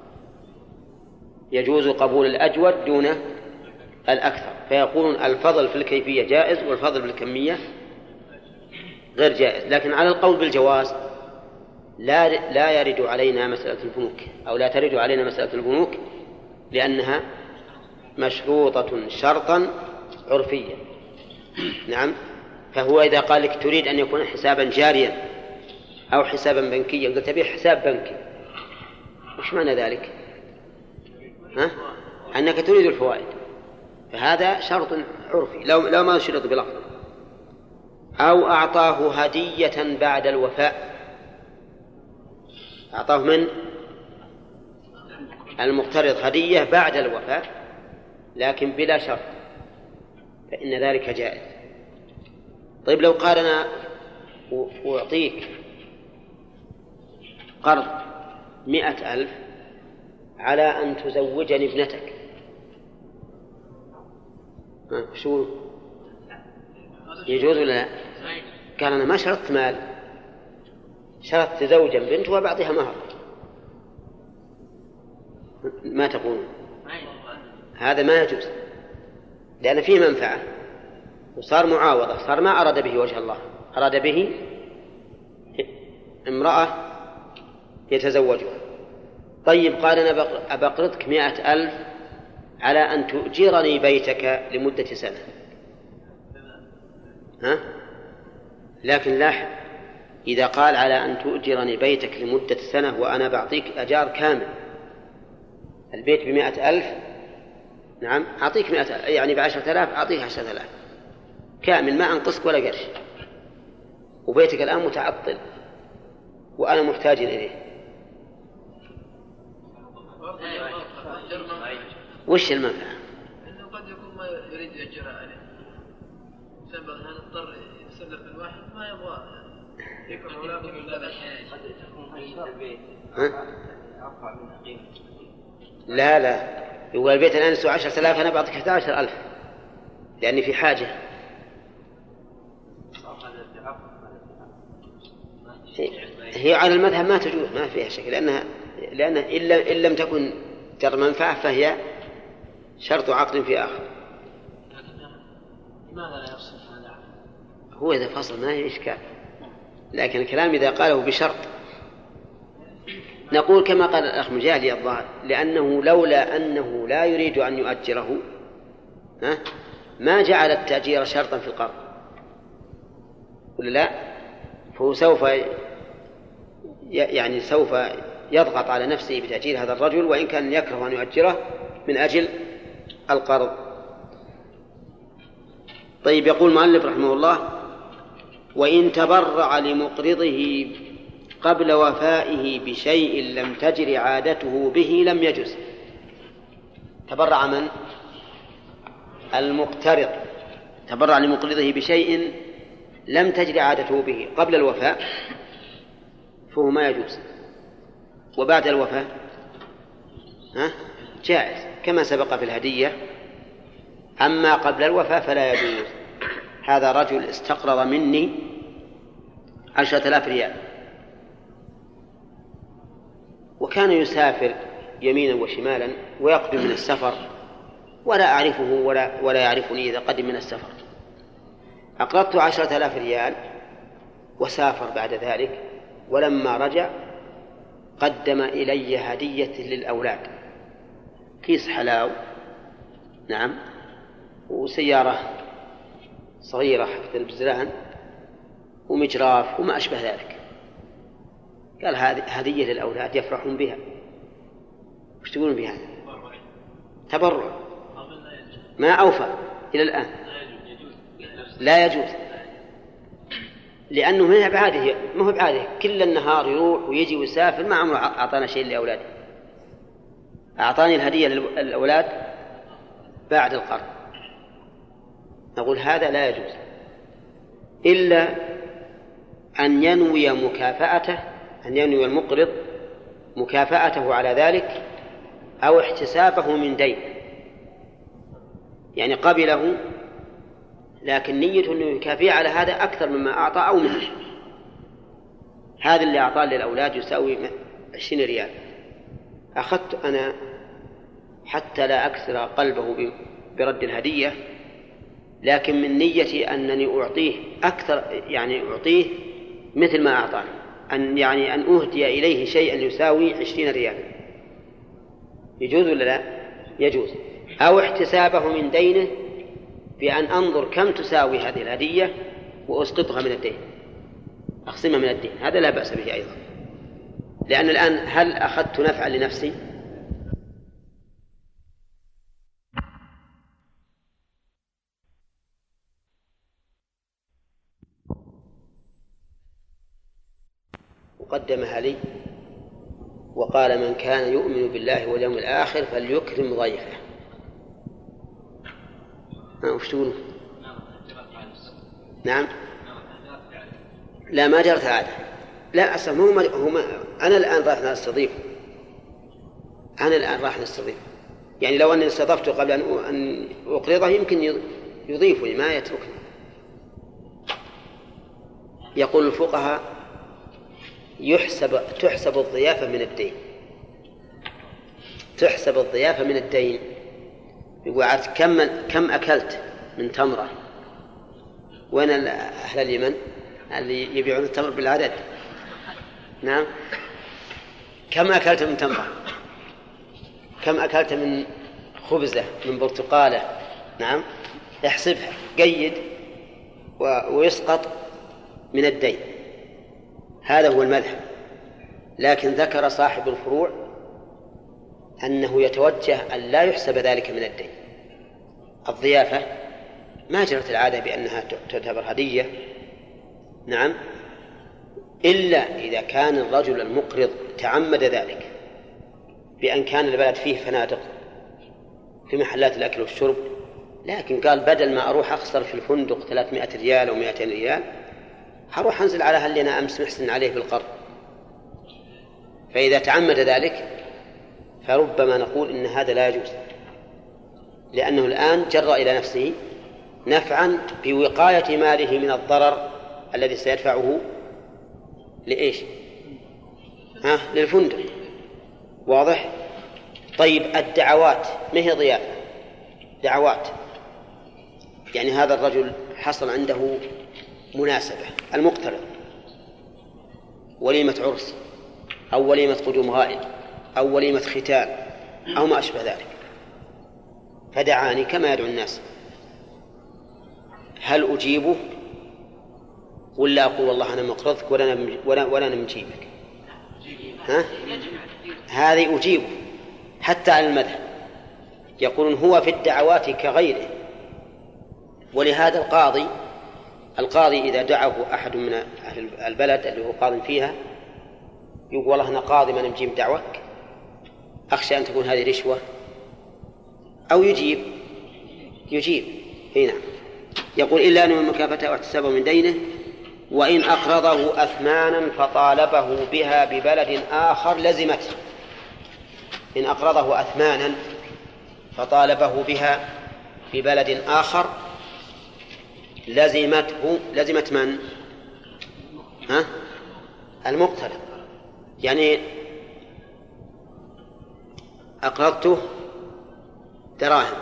يجوز قبول الأجود دون الأكثر، فيقولون الفضل في الكيفية جائز والفضل في الكمية غير جائز. لكن على القول بالجواز لا يرد علينا مسألة البنوك، أو لا ترد علينا مسألة البنوك، لأنها مشروطة شرطا عرفيا. نعم. فهو إذا قال لك تريد أن يكون حسابا جاريا أو حسابا بنكيا، قلت تبيع حساب بنكي، وش معنى ذلك؟ أنك تريد الفوائد، فهذا شرط عرفي لو ما شرط بلفظ. أو أعطاه هدية بعد الوفاء، أعطاه من المقترض هدية بعد الوفاء لكن بلا شرط، فإن ذلك جائز. طيب لو قال أنا أعطيك قرض 100,000 على أن تزوجني ابنتك، شو يجوز ولا لا؟ قال أنا ما شرطت مال، شرطت زوجا بنت وبعضها مهر، ما تقول؟ هذا ما يجوز، لأن فيه منفعة وصار معاوضة، صار ما أراد به وجه الله، أراد به امرأة يتزوجها. طيب قال أنا أبقرضك 100,000 على أن تؤجرني بيتك لمدة سنة، لكن لاحظ إذا قال على أن تؤجرني بيتك لمدة سنة وأنا بعطيك أجار كامل، البيت ب100,000، نعم أعطيك 100,000 يعني ب10,000 أعطيك 10,000 كامل ما أنقصك ولا قرش، وبيتك الآن متعطل وأنا محتاج إليه، وش المنفعة؟ إنه قد يكون ما يريد يأجر عليه بسبب أن نضطر يسلف الواحد ما يبغاه يكره ولا يكون لا يقول البيت الآن يسوى 10,000 أنا بعطيك 11,000 لأني في حاجة. هي على المذهب ما تجوز، ما فيها شك، لأن إن لم تكن جر منفعة فهي شرط عقد في آخر. لماذا لا يفصل هذا؟ هو إذا فصل ما هي إشكال، لكن الكلام إذا قاله بشرط نقول كما قال الأخ مجالي الظاهر، لأنه لولا أنه لا يريد أن يؤجره ما جعل التأجير شرطا في القرض، ولا لا؟ فهو سوف يضغط على نفسه بتأجير هذا الرجل وإن كان يكره أن يؤجره من أجل القرض. طيب يقول المؤلف رحمه الله: وإن تبرع لمقرضه قبل وفائه بشيء لم تجر عادته به لم يجز. تبرع من؟ المقترض تبرع لمقرضه بشيء لم تجر عادته به قبل الوفاء فهو ما يجوز، وبعد الوفاء جائز كما سبق في الهدية. أما قبل الوفاء فلا يجوز. هذا رجل استقرض مني 10,000 ريال وكان يسافر يمينا وشمالا ويقدم من السفر ولا أعرفه ولا يعرفني إذا قدم من السفر. أقرضت 10,000 ريال وسافر بعد ذلك، ولما رجع قدم إلي هدية للأولاد، كيس حلاو، نعم، وسيارة صغيرة حق البزران ومجراف وما أشبه ذلك. قال هذه هدية للأولاد يفرحون بها. وش تقولون بها؟ تبرع، ما أوفى إلى الآن، لا يجوز، لأنه ما هو بعاده كل النهار يروح ويجي ويسافر، ما عمره أعطانا شيء لأولاده. أعطاني الهدية للأولاد بعد القرض. نقول هذا لا يجوز إلا أن ينوي مكافأته، أن ينوي المقرض مكافأته على ذلك أو احتسابه من دين، يعني قبله لكن نيته أنه يكافئ على هذا أكثر مما أعطى أو منه. هذا اللي أعطاه للأولاد يساوي 20 ريال، أخذت أنا حتى لا أكسر قلبه برد الهدية، لكن من نيتي أنني أعطيه أكثر، يعني أعطيه مثل ما أعطاني، أن أهدي إليه شيئا يساوي 20 ريال. يجوز ولا لا؟ يجوز. أو احتسابه من دينه بأن أنظر كم تساوي هذه الهدية وأسقطها من الدين، أقسمها من الدين، هذا لا بأس به أيضا. لأن الآن هل أخذت نفعا لنفسي؟ وقدمها لي وقال من كان يؤمن بالله واليوم الآخر فليكرم ضيفه. وش تقولون؟ نعم، لا ما جرت عادة، لا أصلا أنا الآن راح نستضيف، يعني لو أني استضفته قبل أن أقرضه يمكن يضيفني ما يتركني. يقول الفقهاء تحسب الضيافة من الدين، تحسب الضيافة من الدين. يقول عرفت كم أكلت من تمرة؟ وين أهل اليمن اللي يبيعون التمر بالعدد؟ نعم، كم أكلت من تمرة؟ كم أكلت من خبزة، من برتقالة؟ نعم، احسبها قيد ويسقط من الدين. هذا هو المذهب. لكن ذكر صاحب الفروع أنه يتوجه أن لا يحسب ذلك من الدين. الضيافة ما جرت العادة بأنها تعتبر هدية، نعم، إلا إذا كان الرجل المقرض تعمد ذلك بأن كان البلد فيه فنادق في محلات الأكل والشرب، لكن قال بدل ما أروح أخسر في الفندق 300 ريال أو 200 ريال هروح أنزل على هل أنا أمس محسن عليه بالقرض. فإذا تعمد ذلك فربما نقول إن هذا لا يجوز، لأنه الآن جرى إلى نفسه نفعا بوقاية ماله من الضرر الذي سيدفعه لإيش؟ للفندق. واضح؟ طيب الدعوات ما هي ضيافة؟ دعوات، يعني هذا الرجل حصل عنده مناسبة، المقترض وليمة عرس أو وليمة قدوم غائب أو وليمة ختان أو ما أشبه ذلك، فدعاني كما يدعو الناس، هل أجيبه ولا أقول والله أنا مقرضك ولا أنا مجيبك؟ هذه أجيبه حتى على المذهب، يقولون هو في الدعوات كغيره. ولهذا القاضي إذا دعاه أحد من أهل البلد اللي هو قاض فيها يقول والله أنا قاضي ما نجيب دعوتك، أخشى أن تكون هذه رشوة، أو يجيب هنا. يقول إلا أنه المكافأة واحتسابه من دينه، وإن أقرضه أثمانا فطالبه بها ببلد آخر لزمته. إن أقرضه أثمانا فطالبه بها ببلد آخر لزمت من؟ المقترض. يعني أقرضته دراهم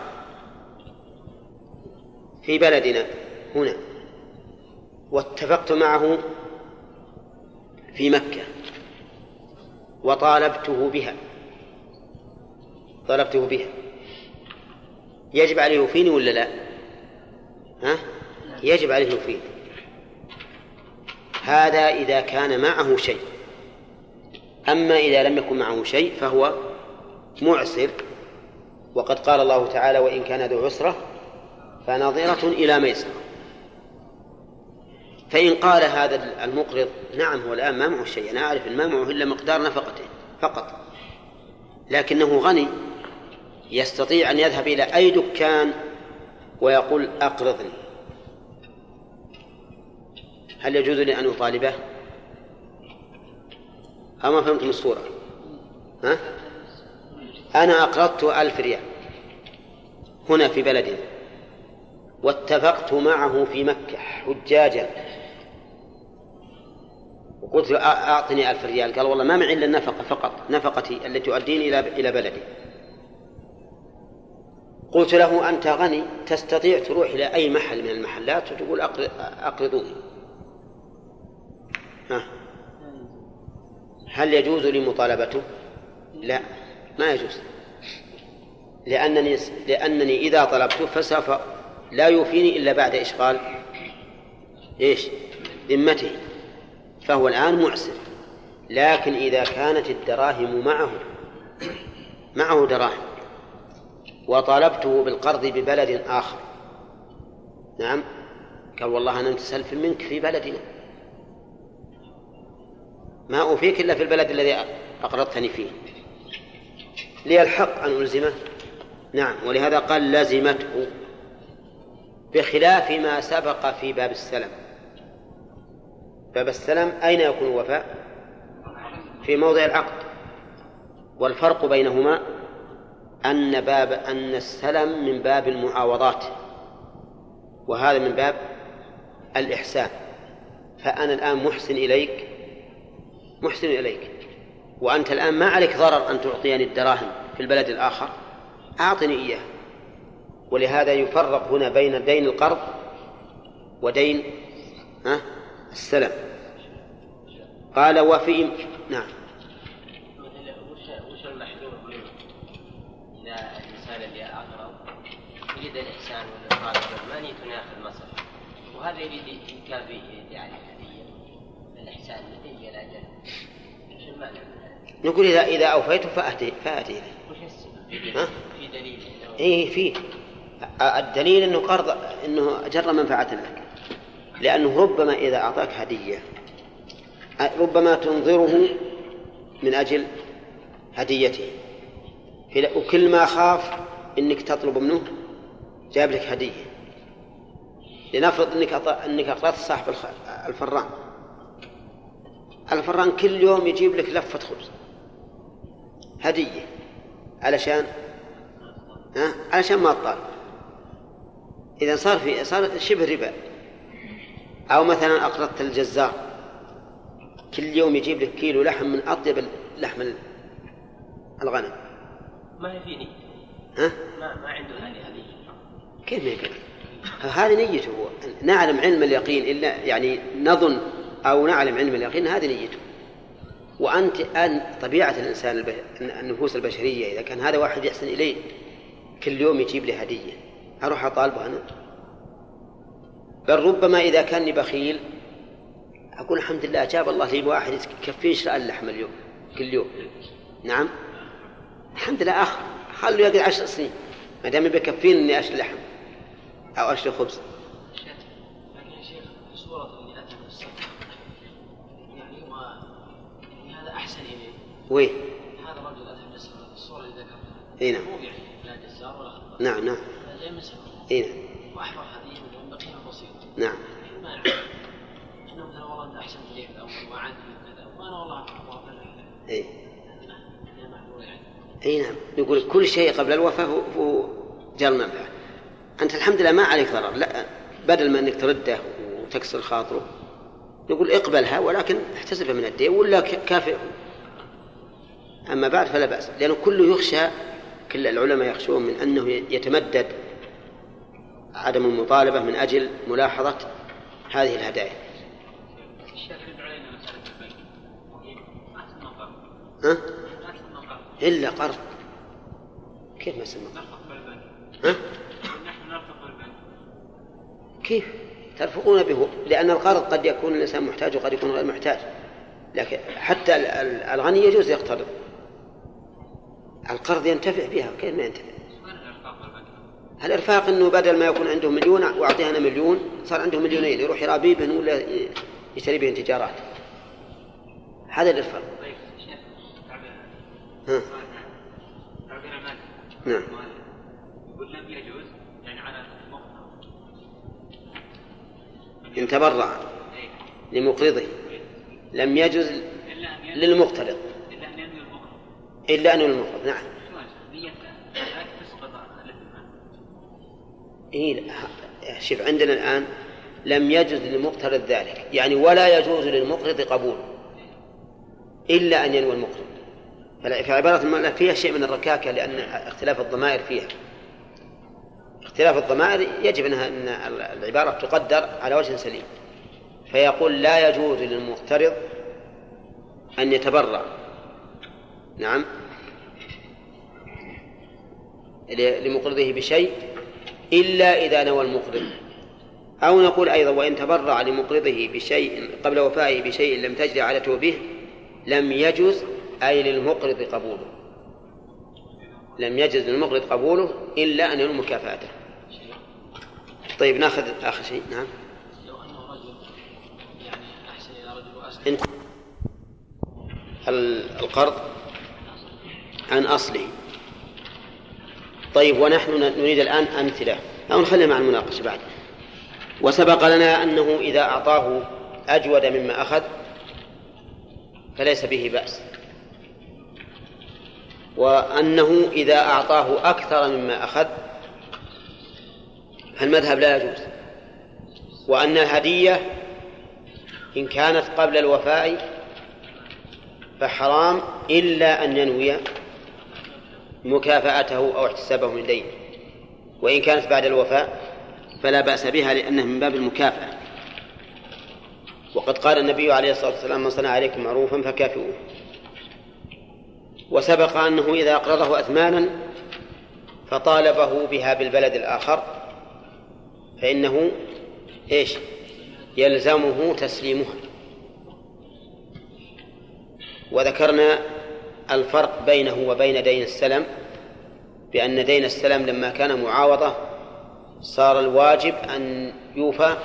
في بلدنا هنا، واتفقت معه في مكة وطالبته بها، يجب عليه يوفيني ولا لا؟ يجب عليه يوفيني. هذا إذا كان معه شيء. أما إذا لم يكن معه شيء فهو معسر، وقد قال الله تعالى: وإن كان ذو عسرة فناظرة إلى ميسرة. فإن قال هذا المقرض: نعم هو الآن ما معه شيء، أنا أعرف أن ما معه إلا مقدار نفقته فقط، لكنه غني يستطيع أن يذهب إلى أي دكان ويقول: أقرضني، هل يجوز لي أن أطالبه؟ أو ما فهمتم الصورة؟ أنا أقرضت 1000 ريال هنا في بلدنا، واتفقت معه في مكة حجاجا، وقلت له: أعطني 1000 ريال. قال: والله ما معي إلا النفقة فقط، نفقتي التي تؤديني إلى بلدي. قلت له: أنت غني، تستطيع تروح إلى أي محل من المحلات وتقول: أقرضوني. هل يجوز لي مطالبته؟ لا، ما يجوز، لأنني إذا طلبته فسوف لا يوفيني إلا بعد إشغال ذمته، فهو الآن معسر. لكن إذا كانت الدراهم معه دراهم وطالبته بالقرض ببلد آخر، نعم، قال: والله أنا متسلف منك في بلدنا، ما أوفيك إلا في البلد الذي أقرضتني فيه، لي الحق أن ألزمه. نعم، ولهذا قال: لزمته، بخلاف ما سبق في باب السلم. باب السلم أين يكون الوفاء؟ في موضع العقد، والفرق بينهما أن السلم من باب المعاوضات، وهذا من باب الإحسان. فأنا الآن محسن إليك، وأنت الآن ما عليك ضرر أن تعطيني الدراهم في البلد الآخر، أعطني إياه. ولهذا يفرق هنا بين دين القرض ودين السلم. قال: وفي نعم. وش المحذور منه إذا الإنسان اللي أقرض يريد الإحسان والإقراض ما نيته يأخذ مصر، وهذا يريد يكافئ يعني هدية الإحسان هدية الأجل، وش المعنى؟ نقول: إذا أوفيته فأتي إليه. في دليل؟ فيه الدليل أنه جر منفعة لك، لأنه ربما إذا أعطاك هدية ربما تنظره من أجل هديته، وكل ما خاف أنك تطلب منه جاب لك هدية. لنفرض أنك أقرضت صاحب الفران كل يوم يجيب لك لفة خبز هدية علشان ما تطالب، إذا صار شبه ربا. أو مثلا أقرضت الجزار كل يوم يجيب لك كيلو لحم من أطيب لحم الغنم، ما هي فيني ما عنده هذه كيف ما يقدر؟ هذه نيته هو. نعلم علم اليقين إلا يعني نظن أو نعلم علم اليقين، هذه نيته. وأنت طبيعة الإنسان النفوس البشرية، إذا كان هذا واحد يحسن إليه كل يوم يجيب لي هدية أروح أطالبه أنا؟ بل ربما إذا كان بخيل أقول: الحمد لله جاب الله لي واحد يكفيه شراء اللحم اليوم كل يوم. نعم، الحمد لله، خلوا يقعد 10 سنين ما دام بيكفيني إني أشتري لحم أو أشتري خبز. لكن يا شيخ الصورة اللي أتت بالصدق يعني هذا أحسن إليه. وين؟ هذا الرجل أتى بالصورة اللي ذكرتها. إيه نعم. مو يعني لا جزار ولا خبز. نعم. زي مسك. إيه نعم. وأحضر هذه من بقية بسيط. نعم. ما نعرف. إنه مثلا والله أنت أحسن إليه في الأول وعادي وكذا، وأنا والله أحضر كذا. إيه. أي نعم. يقول كل شيء قبل الوفاة هو جر منفعة. أنت الحمد لله ما عليك ضرر، لا، بدل ما أنك ترده وتكسر خاطره نقول اقبلها، ولكن احتسبها من الدين ولا كافئه. أما بعد فلا بأس، لأنه كله يخشى لكن العلماء يخشون من أنه يتمدد عدم المطالبة من أجل ملاحظة هذه الهدايا. إلا قرض كيف ما سمى كيف ترفقون به؟ لأن القرض قد يكون الإنسان محتاج وقد يكون غير محتاج، لكن حتى الغني يجوز يقترض، القرض ينتفع بها كيف ما ينتفع؟ الإرفاق أنه بدل ما يكون عنده مليون وأعطيه أنا مليون صار عنده مليونين يروح يرابي بهن ولا يشتري بهن تجارات، هذا الإرفاق. نعم. يقول لم يجوز يعني على إن تبرع لمقرضه لم يجوز للمقترض إلا أن المقرض. نعم. شوف عندنا الآن لم يجوز للمقترض ذلك، يعني ولا يجوز للمقرض قبول إلا أن ينوي المقرض. فعبارة المؤلف فيها شيء من الركاكة لأن اختلاف الضمائر فيها، اختلاف الضمائر يجب أن العبارة تقدر على وجه سليم، فيقول لا يجوز للمقترض أن يتبرع نعم لمقرضه بشيء إلا إذا نوى المقرض، أو نقول أيضا وإن تبرع لمقرضه بشيء قبل وفائه بشيء لم تجري عادته به لم يجوز أي للمقرض قبوله، لم يجوز للمقرض قبوله إلا أن ينوي مكافأته. طيب ناخذ آخر شيء. نعم. لو أنه رجل يعني أحسن إلى رجل وأسلم القرض عن أصله. طيب ونحن نريد الآن أمثلة أو نخلي مع المناقشة بعد. وسبق لنا أنه إذا أعطاه أجود مما أخذ فليس به بأس، وأنه إذا أعطاه أكثر مما أخذ فالمذهب لا يجوز، وأن الهدية إن كانت قبل الوفاء فحرام إلا أن ينوي مكافأته أو احتسابه من دين، وإن كانت بعد الوفاء فلا بأس بها لأنه من باب المكافأة. وقد قال النبي عليه الصلاة والسلام من صنع عليكم معروفا فكافئوه. وسبق أنه إذا أقرضه أثمانا فطالبه بها بالبلد الآخر فإنه يلزمه تسليمها. وذكرنا الفرق بينه وبين دين السلم بأن دين السلم لما كان معاوضة صار الواجب أن يوفى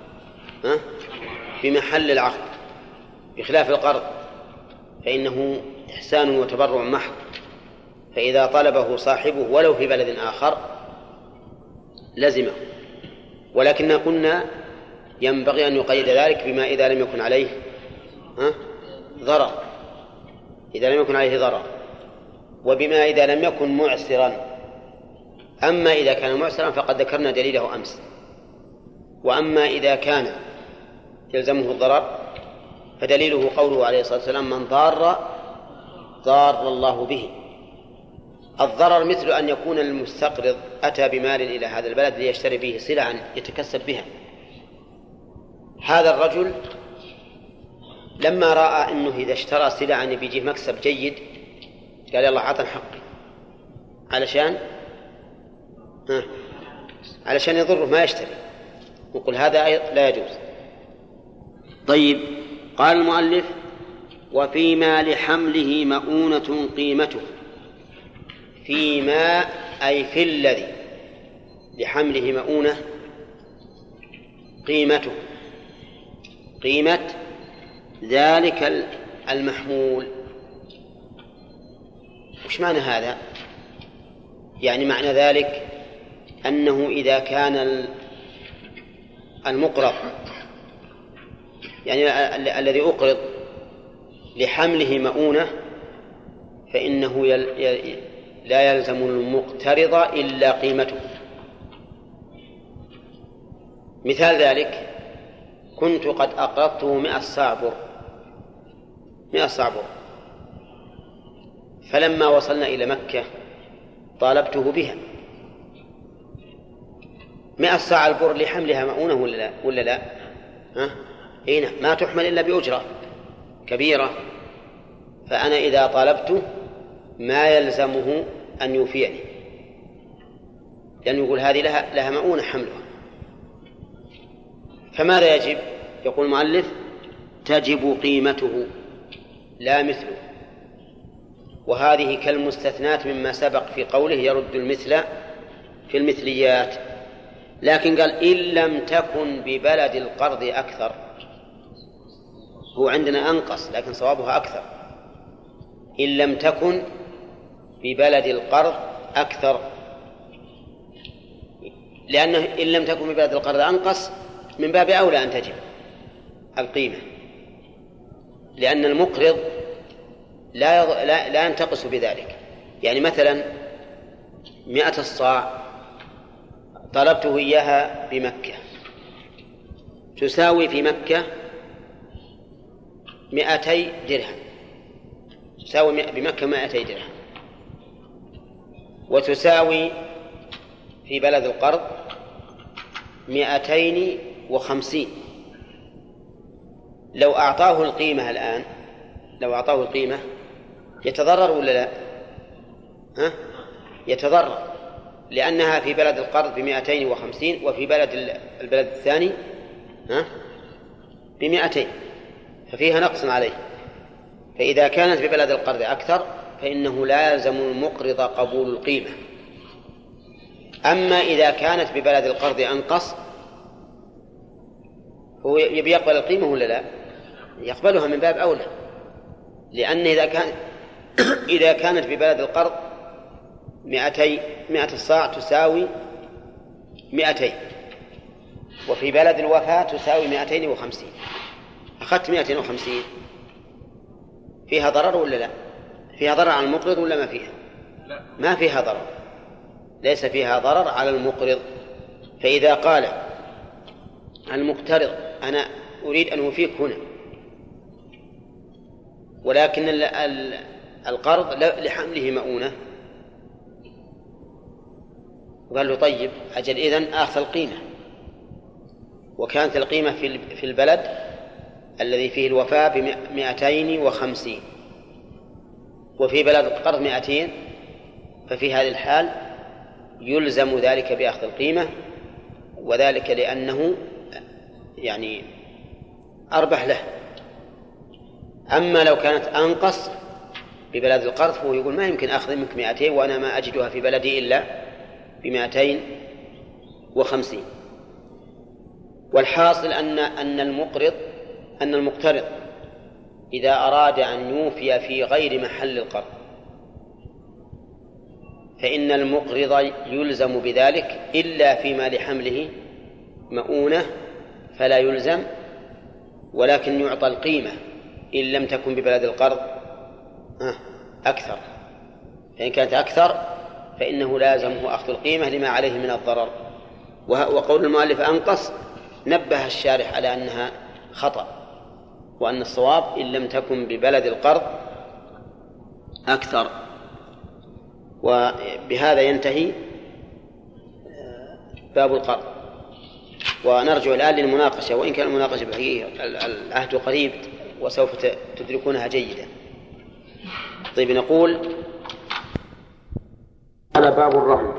بمحل العقد، بخلاف القرض فإنه إحسان وتبرع محض، فإذا طلبه صاحبه ولو في بلد آخر لزمه. ولكننا قلنا ينبغي أن يقيد ذلك بما إذا لم يكن عليه ضرر، إذا لم يكن عليه ضرر، وبما إذا لم يكن معسرا. أما إذا كان معسرا فقد ذكرنا دليله أمس. وأما إذا كان يلزمه الضرر فدليله قوله عليه الصلاة والسلام من ضار الله به. الضرر مثل أن يكون المستقرض أتى بمال إلى هذا البلد ليشتري به سلعا يتكسب بها. هذا الرجل لما رأى أنه إذا اشترى سلعا بيجيه مكسب جيد قال يلا عطن حقي علشان يضره ما يشتري، وقل هذا لا يجوز. طيب قال المؤلف وفيما لحمله مؤونة قيمته. فيما أي في الذي لحمله مؤونة قيمته، قيمة ذلك المحمول. وش معنى هذا؟ يعني معنى ذلك أنه إذا كان المقرض يعني الذي أقرض لحمله مؤونة فإنه لا يلزم المقترض إلا قيمته. مثال ذلك كنت قد أقرضته 100 صعبر، فلما وصلنا إلى مكة طالبته بها. 100 صاع البر لحملها مؤونة ولا لا؟ هنا ما تحمل إلا بأجرة كبيرة، فأنا إذا طالبته ما يلزمه أن يوفيني، لأنه يقول هذه لها مؤونة حملها. فماذا يجب؟ يقول المؤلف تجب قيمته لا مثله، وهذه كالمستثنات مما سبق في قوله يرد المثل في المثليات. لكن قال إن لم تكن ببلد القرض أكثر، هو عندنا أنقص لكن صوابها أكثر. إن لم تكن ببلد القرض أكثر، لأنه إن لم تكن ببلد القرض أنقص من باب أولى أن تجب القيمة، لأن المقرض لا ينتقص بذلك. يعني مثلا 100 الصاع طلبته إياها بمكة، تساوي في مكة 200 درهم، تساوي بمكة 200 درهم، وتساوي في بلد القرض 250. لو أعطاه القيمة الآن، لو أعطاه القيمة يتضرر ولا لا؟ يتضرر، لأنها في بلد القرض 250 وفي البلد الثاني 200، ففيها نقص عليه. فإذا كانت ببلد القرض أكثر فإنه لا يلزم المقرض قبول القيمة. أما إذا كانت ببلد القرض أنقص هو يبي يقبل القيمة ولا لا؟ يقبلها من باب أولى، لأن إذا كانت ببلد القرض 100 الصاع تساوي 200، وفي بلد الوفاة تساوي 250، أخذت 250 فيها ضرر ولا لا؟ فيها ضرر على المقرض ولا ما فيها؟ ما فيها ضرر، ليس فيها ضرر على المقرض. فإذا قال المقترض أنا أريد أن أوفيك هنا، ولكن القرض لحمله مؤونة، وقال له طيب أجل إذن آخذ القيمة، وكانت القيمة في البلد الذي فيه الوفاة 250 وفي بلد القرض 200، ففي هذه الحال يلزم ذلك بأخذ القيمة، وذلك لأنه يعني أربح له. أما لو كانت أنقص ببلد القرض فهو يقول ما يمكن أخذ منك 200 وأنا ما أجدها في بلدي إلا 250. والحاصل أن المقترض إذا أراد أن يوفي في غير محل القرض فإن المقرض يلزم بذلك إلا فيما لحمله مؤونة فلا يلزم، ولكن يعطى القيمة إن لم تكن ببلد القرض أكثر. فإن كانت أكثر فإنه لازمه أخذ القيمة لما عليه من الضرر. وقول المؤلف أنقص نبه الشارح على أنها خطأ، وأن الصواب إن لم تكن ببلد القرض أكثر. وبهذا ينتهي باب القرض. ونرجع الآن للمناقشة، وإن كان المناقشة بحقيقة العهد قريب وسوف تدركونها جيدا. طيب نقول على باب الرهن.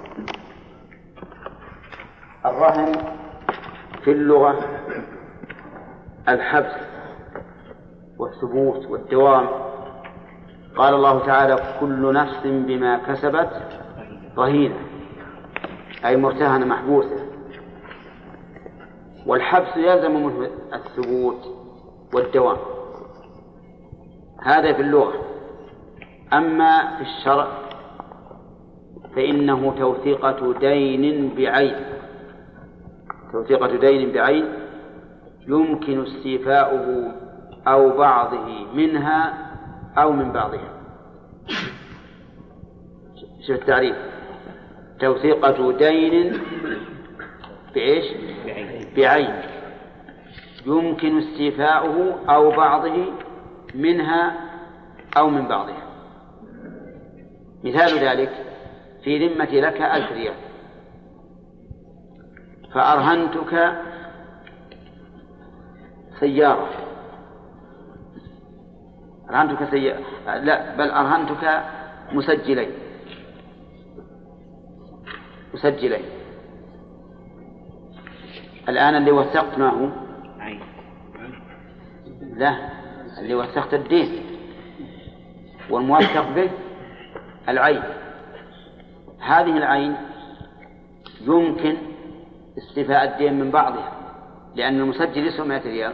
الرهن في اللغة الحبس والثبوت والدوام. قال الله تعالى كل نفس بما كسبت رهينة، أي مرتهنة محبوسة. والحبس يلزم منه الثبوت والدوام، هذا في اللغة. أما في الشرع فإنه توثيقة دين بعين، توثيقة دين بعين يمكن استيفاؤه أو بعضه منها أو من بعضها. شوف التعريف، توثيقة دين بإيش؟ بعين يمكن استيفاؤه أو بعضه منها أو من بعضها. مثال ذلك في ذمتي لك 1000 ريال، فأرهنتك سيارة، لا بل أرهنتك مسجلين. الآن اللي وثقت معه لا، اللي وثقت الدين، والموثق به العين. هذه العين يمكن استيفاء الدين من بعضها، لأن المسجل يساوي 100 ريال،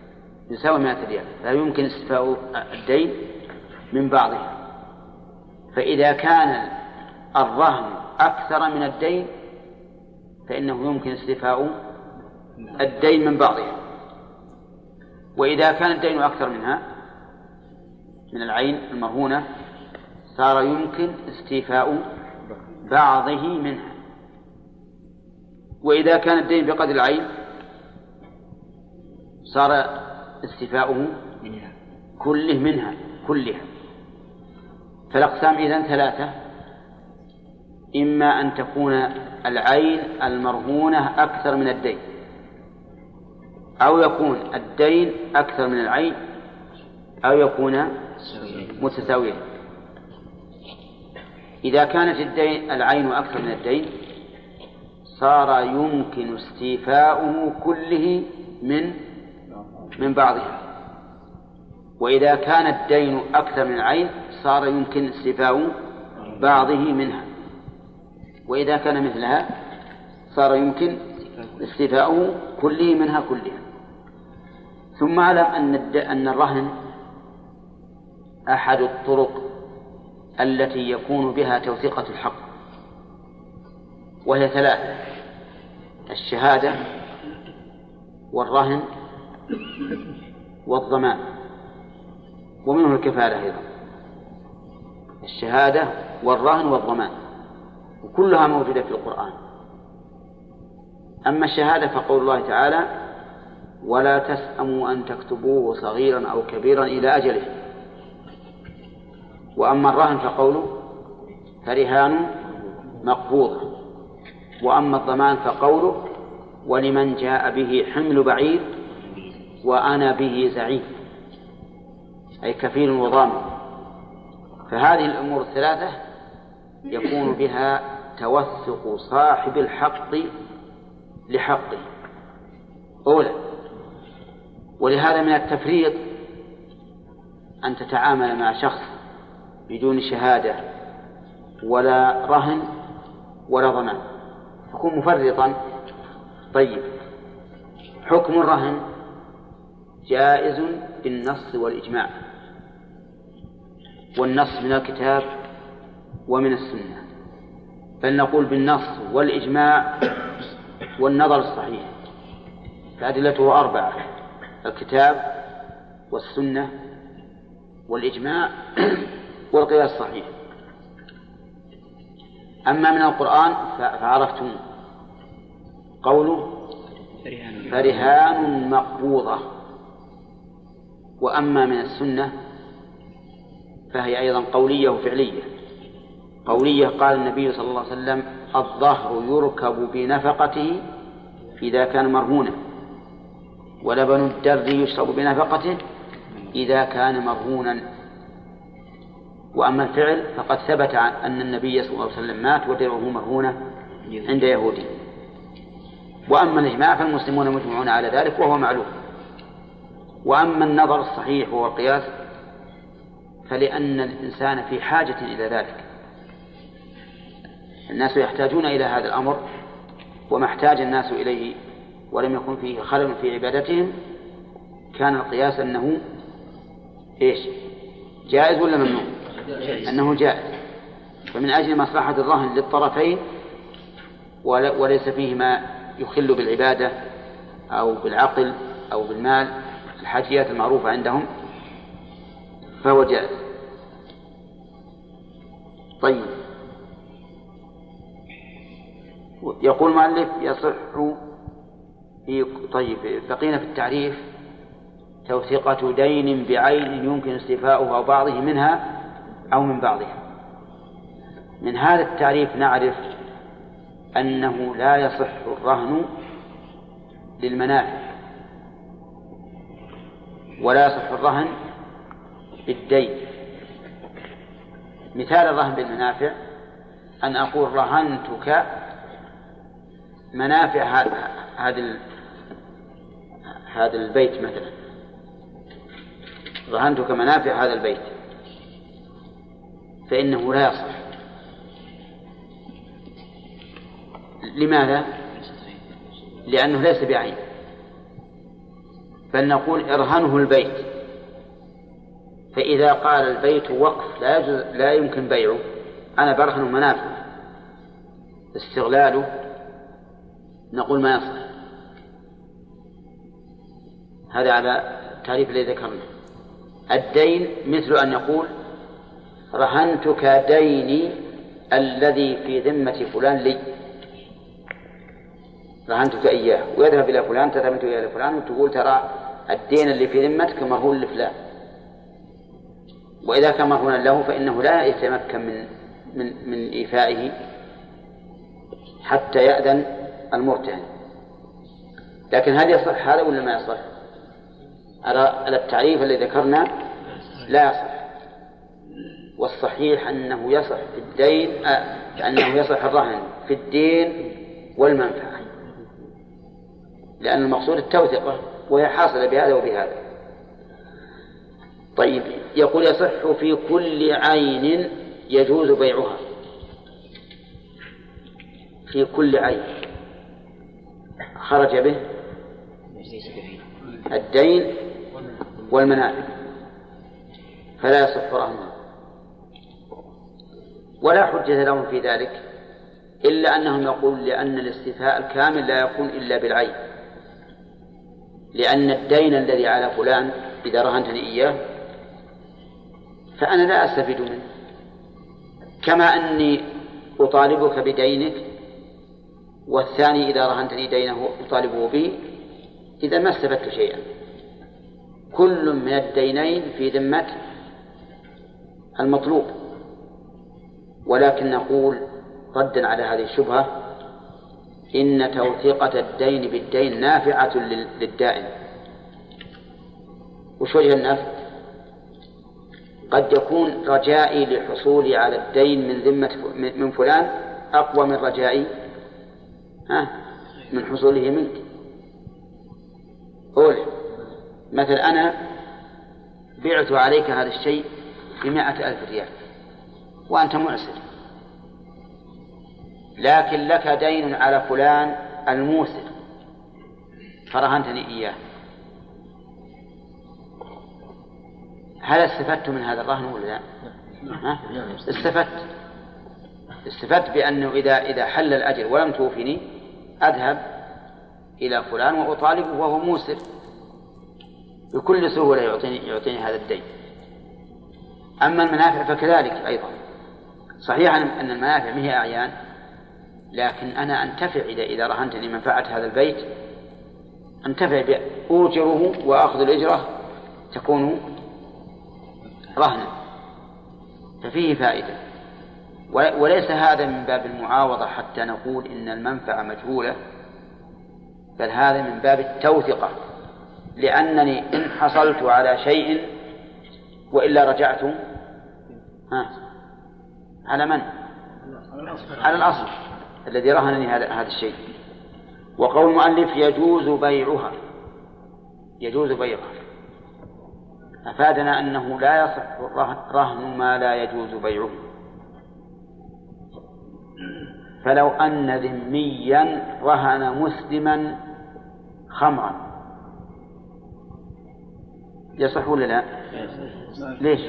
لا يمكن استيفاء الدين من بعضها. فإذا كان الرهن أكثر من الدين فإنه يمكن استيفاء الدين من بعضها، وإذا كان الدين أكثر منها من العين المرهونة صار يمكن استيفاء بعضه منها. وإذا كان الدين بقدر العين صار استيفاؤه كلها. فالأقسام إذن 3: إما أن تكون العين المرهونة أكثر من الدين، أو يكون الدين أكثر من العين، أو يكون متساويين. إذا كانت العين أكثر من الدين صار يمكن استيفاؤه كله من بعضها، وإذا كان الدين أكثر من العين صار يمكن استيفاء بعضه منها، وإذا كان مثلها صار يمكن استيفاؤه كله منها كلها. ثم اعلم أن الرهن أحد الطرق التي يكون بها توثيقة الحق، وهي 3: الشهادة والرهن والضمان، ومنه الكفالة أيضا. الشهادة والرهن والضمان وكلها موجودة في القرآن. أما الشهادة فقول الله تعالى: ولا تسأموا أن تكتبوه صغيرا أو كبيرا إلى أجله. وأما الرهن فقوله: فرهان مقبوضة. وأما الضمان فقوله: ولمن جاء به حمل بعير وأنا به زعيم، أي كفيل وضامن. فهذه الأمور 3 يكون بها توثق صاحب الحق لحقه أولا. ولهذا من التفريط أن تتعامل مع شخص بدون شهادة ولا رهن ولا ضمان، تكون مفرطا. طيب، حكم الرهن جائز بالنص والإجماع، والنص من الكتاب ومن السنة، بل نقول بالنص والإجماع والنظر الصحيح. فأدلته 4: الكتاب والسنة والإجماع والقياس الصحيح. أما من القرآن فعرفتم قوله: فرهان مقبوضة. وأما من السنة فهي أيضا قولية وفعلية. قولية قال النبي صلى الله عليه وسلم: الظهر يركب بنفقته إذا كان مرهونا، ولبن الدر يشرب بنفقته إذا كان مرهونا. وأما الفعل فقد ثبت أن النبي صلى الله عليه وسلم مات ودرعه مرهونة عند يهودي. وأما الإجماع فالمسلمون مجمعون على ذلك وهو معلوم. وأما النظر الصحيح وهو القياس فلأن الإنسان في حاجة إلى ذلك. الناس يحتاجون إلى هذا الأمر، وما احتاج الناس إليه ولم يكن فيه خلل في عبادتهم كان القياس أنه جائز ولا ممنوع؟ أنه جائز. فمن أجل مصلحة الرهن للطرفين وليس فيه ما يخل بالعبادة أو بالعقل أو بالمال، الحاجيات المعروفة عندهم، فهو جائز. طيب، يقول المؤلف: يصح طيب، بقينا في التعريف: توثيقة دين بعين يمكن استيفاؤه أو بعضه منها أو من بعضها. من هذا التعريف نعرف أنه لا يصح الرهن للمنافع ولا يصح الرهن بالدين. مثال الرهن بالمنافع أن أقول رهنتك منافع هذا البيت مثلا، رهنتك منافع هذا البيت، فإنه لا يصح. لماذا؟ لأنه ليس بعين، بل نقول ارهنه البيت. فإذا قال البيت وقف لا يمكن بيعه، أنا برهن منافع استغلاله، نقول ما يصح. هذا على التعريف الذي ذكرنا. الدين مثل أن يقول رهنتك ديني الذي في ذمة فلان لي، رهنتك إياه، ويذهب إلى فلان، تذهب أنت إلى فلان وتقول ترى الدين اللي في ذمتك مرهون لفلان، وإذا كان مرهونا له فإنه لا يتمكن من إيفائه حتى يأذن المرتهن. لكن هل يصح هذا ولا ما يصح؟ على التعريف الذي ذكرنا لا يصح، والصحيح أنه يصح في الدين، أنه يصح الرهن في الدين والمنفعة، لأن المقصود التوثقة وهي حاصلة بهذا وبهذا. طيب، يقول يصح في كل عين يجوز بيعها. في كل عين خرج به الدين والمنافع، فلا يصح رهنها، ولا حجة لهم في ذلك إلا أنهم يقول لأن الاستيفاء الكامل لا يكون إلا بالعين، لأن الدين الذي على فلان إذا رهنتني إياه فأنا لا أستفيد منه، كما أني أطالبك بدينك، والثاني إذا رهنتني دينه أطالبه به، إذا ما استفدت شيئا. كل من الدينين في ذمة المطلوب. ولكن نقول ردا على هذه الشبهة إن توثيقة الدين بالدين نافعة للدائن. وش وجه النفع؟ قد يكون رجائي للحصول على الدين من فلان أقوى من رجائي من حصوله منك. قول مثلا أنا بعت عليك هذا الشيء ب100,000 ريال وأنت معسر، لكن لك دين على فلان الموسر فرهنتني إياه، هل استفدت من هذا الرهن ولا لا؟ استفدت بأنه إذا حل الأجل ولم توفني أذهب إلى فلان وأطالبه وهو موسر بكل سهولة يعطيني هذا الدين. أما المنافع فكذلك أيضا، صحيح أن المنافع ما هي أعيان، لكن أنا أنتفع إذا رهنتني منفعة هذا البيت، أنتفع بأوجره وأخذ الإجرة تكون رهنا، ففيه فائدة. وليس هذا من باب المعاوضة حتى نقول إن المنفعة مجهولة، بل هذا من باب التوثقة، لأنني إن حصلت على شيء وإلا رجعت على من؟ على الأصل الذي رهنني هذا الشيء. وقول المؤلف يجوز بيعها، يجوز بيعها، أفادنا أنه لا يصح رهن ما لا يجوز بيعه. فلو أن ذميا رهن مسلما خمرا يصح ولا لا؟ ليش؟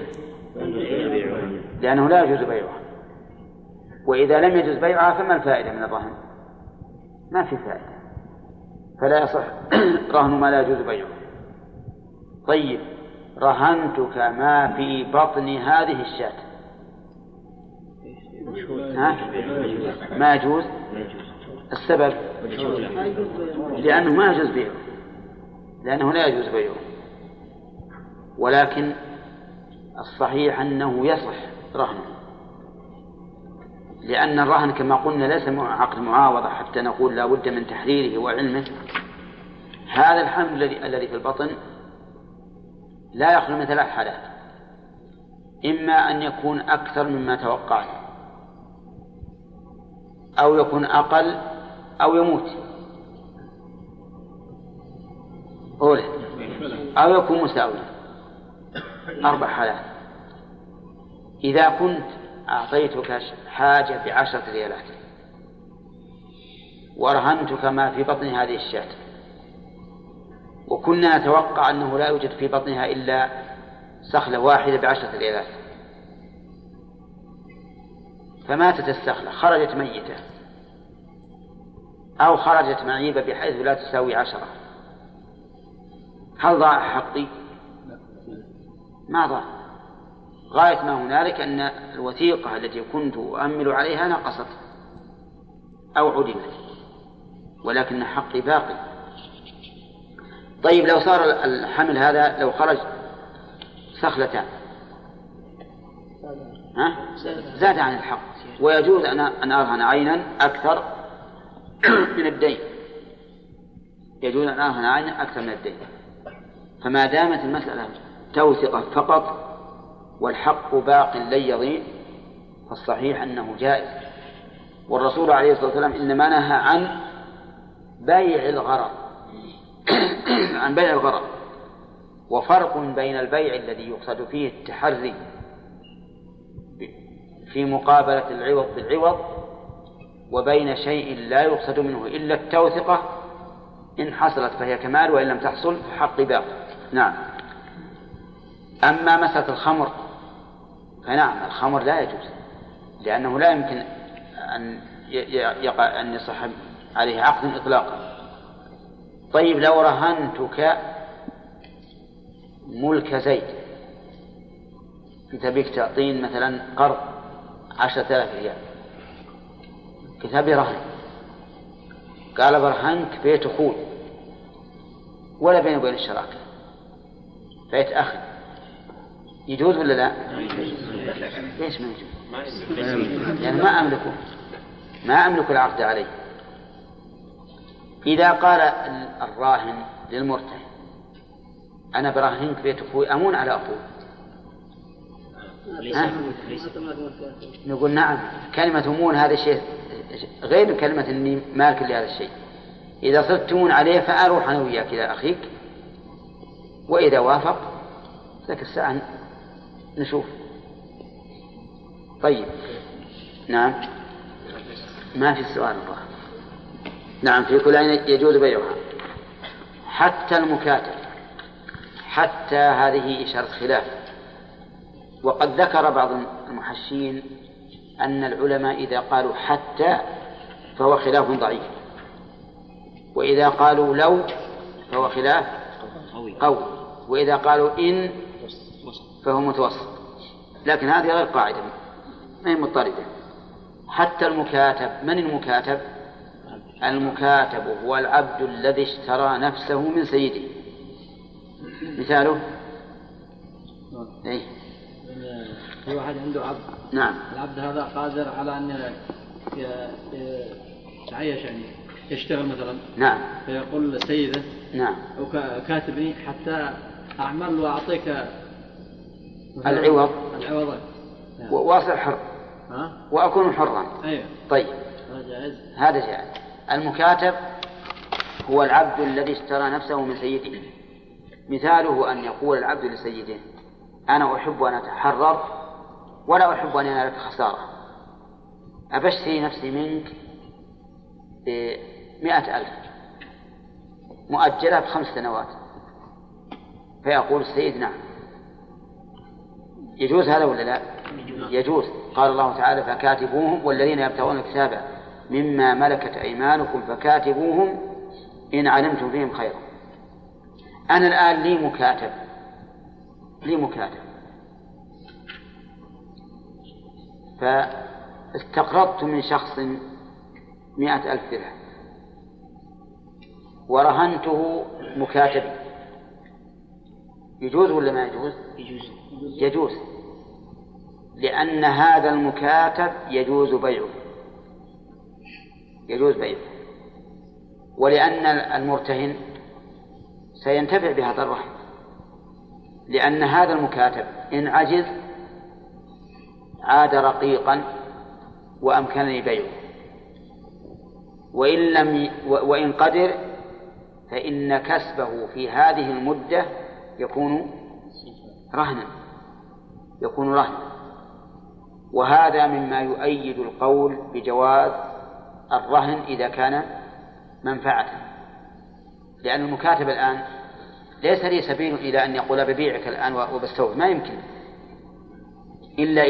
لأنه لا يجوز بيعها، وإذا لم يجوز بيعها فما الفائدة من الرهن؟ ما في فائدة، فلا يصح رهن ما لا يجوز بيعه. طيب، رهنتك ما في بطن هذه الشاة، ما يجوز. السبب لأنه ما يجوز بيعه، لأنه لا يجوز بيعه. ولكن الصحيح أنه يصح رهنه، لأن الرهن كما قلنا ليس عقد معاوضة حتى نقول لا بد من تحريره وعلمه. هذا الحمل الذي في البطن لا يخلو من 3 حالات: إما أن يكون أكثر مما توقعنا، أو يكون أقل، أو يموت، أو يكون مساويا. 4 حالات. إذا كنت أعطيتك حاجة ب10 ريالات ورهنتك ما في بطن هذه الشاة، وكنا نتوقع أنه لا يوجد في بطنها إلا سخلة واحدة ب10 ريالات، فماتت السخلة، خرجت ميتة أو خرجت معيبة بحيث لا تساوي 10، هل ضاع حقي؟ ما ضاع. غاية ما هنالك أن الوثيقة التي كنت أؤمل عليها نقصت أو عدمت، ولكن حقي باقي. طيب لو صار الحمل هذا لو خرج سخلتان زاد عن الحق، ويجوز أن أرهن عينا أكثر من الدين، يجوز أن أرهن عينا أكثر من الدين. فما دامت المسألة توثقة فقط والحق باق لن يضيع فالصحيح أنه جائز. والرسول عليه الصلاة والسلام إنما نهى عن بيع الغرر عن بيع الغرر. وفرق بين البيع الذي يقصد فيه التحري في مقابلة العوض بالعوض وبين شيء لا يقصد منه إلا التوثقة، إن حصلت فهي كمال وإن لم تحصل فحق باقي. نعم. أما مسألة الخمر فنعم الخمر لا يجوز، لأنه لا يمكن أن يصح عليه عقد إطلاقا. طيب لو رهنتك ملك زيد، كتابك تعطين مثلا قرض 10,000 ريال، كتابي رهن، قال برهنك بيت أخوي ولا بينه وبين الشراكة، فيتأخذ، يجوز ولا لا؟ ليش ما يجوز؟ يعني ما أملك العقد عليه. إذا قال الراهن للمرتهن أنا براهنك بيت أخوي أمون على أخوي، نقول نعم، كلمة أمون هذا الشيء غير كلمة أني مالك لهذا الشيء. إذا صرت تمون عليه فأروح أنا وياك إلى أخيك، وإذا وافق ذاك الساعة نشوف. طيب نعم، ما في السؤال الله. نعم، في كل عين يجوز بيعها حتى المكاتب، حتى هذه إشارة خلاف. وقد ذكر بعض المحشين أن العلماء إذا قالوا حتى فهو خلاف ضعيف، وإذا قالوا لو فهو خلاف قوي، وإذا قالوا إن فهو متوسط. لكن هذه غير قاعدة، ما هي مضطردة. حتى المكاتب، من المكاتب؟ المكاتب هو العبد الذي اشترى نفسه من سيده. مثاله في واحد عنده عبد، نعم، العبد هذا قادر على أن يتعيش، يعني يشتغل مثلا، نعم، فيقول سيده نعم أو كاتبني حتى أعمل وأعطيك العوض نعم. وأصل حر وأكون حرا. أيوه. طيب هذا جائز. المكاتب هو العبد الذي اشترى نفسه من سيده. مثاله أن يقول العبد لسيده أنا أحب أن أتحرر ولا أحب أن ينالك خسارة، أبشتري نفسي منك ب100,000 مؤجلة ب5 سنوات، فيقول السيد نعم. يجوز هذا ولا لا؟ يجوز. قال الله تعالى فكاتبوهم والذين يبتغون الكتاب مما ملكت أيمانكم فكاتبوهم إن علمتم فيهم خيرا. أنا الآن لي مكاتب فاستقرضت من شخص 100,000 درهم ورهنته مكاتبي، يجوز ولا ما يجوز؟ يجوز. لأن هذا المكاتب يجوز بيعه، ولأن المرتهن سينتفع بهذا الرهن، لأن هذا المكاتب إن عجز عاد رقيقا وأمكنني بيعه، وإن قدر فإن كسبه في هذه المدة يكون رهنا، وهذا مما يؤيد القول بجواز الرهن إذا كان منفعة، لأن المكاتب الآن ليس لي سبيل إلى أن يقول ببيعك الآن وبستوعب، ما يمكن إلا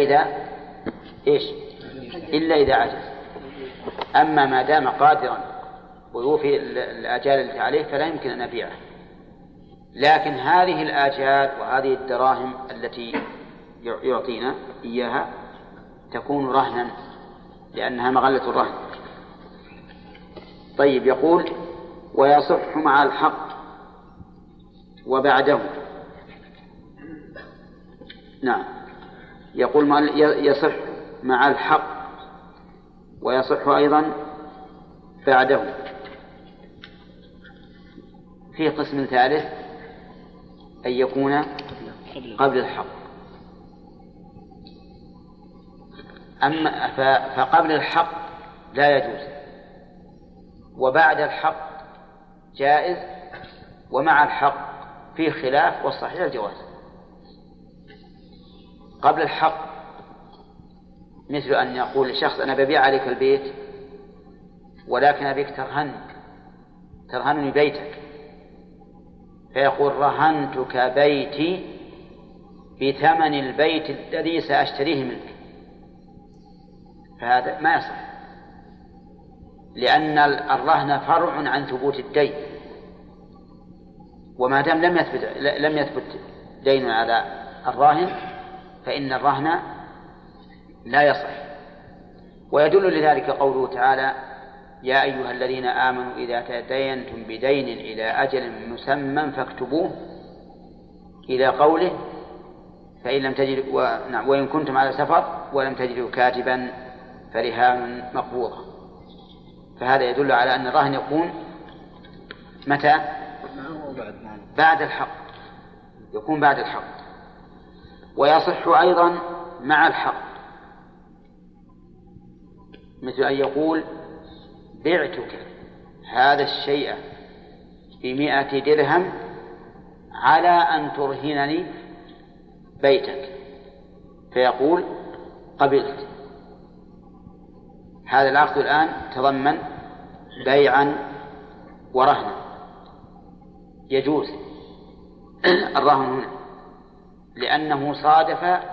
إذا عجز. أما ما دام قادرا ويوفي الآجال التي عليه فلا يمكن أن أبيعه. لكن هذه الآجال وهذه الدراهم التي يعطينا إياها تكون رهنا لأنها مغلة الرهن. طيب، يقول ويصح مع الحق وبعده. نعم، يقول يصح مع الحق ويصح أيضا بعده. في قسم ثالث أن يكون قبل الحق. أما فقبل الحق لا يجوز، وبعد الحق جائز، ومع الحق فيه خلاف والصحيح الجواز. قبل الحق مثل أن يقول لشخص أنا ببيع عليك البيت ولكن أبيك ترهنني بيتك، فيقول رهنتك بيتي بثمن البيت الذي سأشتريه منك، فهذا ما يصح، لأن الرهن فرع عن ثبوت الدين، وما دام لم يثبت دين على الراهن فإن الرهن لا يصح. ويدل لذلك قوله تعالى يا أيها الذين آمنوا إذا تداينتم بدين إلى أجل مسمى فاكتبوه إلى قوله فإن لم تجدوا وإن كنتم على سفر ولم تجدوا كاتبا فرهان مقبوضة. فهذا يدل على أن الرهن يكون متى؟ بعد الحق، يكون بعد الحق. ويصح أيضا مع الحق، مثل أن يقول بعتك هذا الشيء ب100 درهم على أن ترهنني بيتك، فيقول قبلت. هذا العقد الآن تضمن بيعا ورهنا، يجوز الرهن هنا لأنه صادف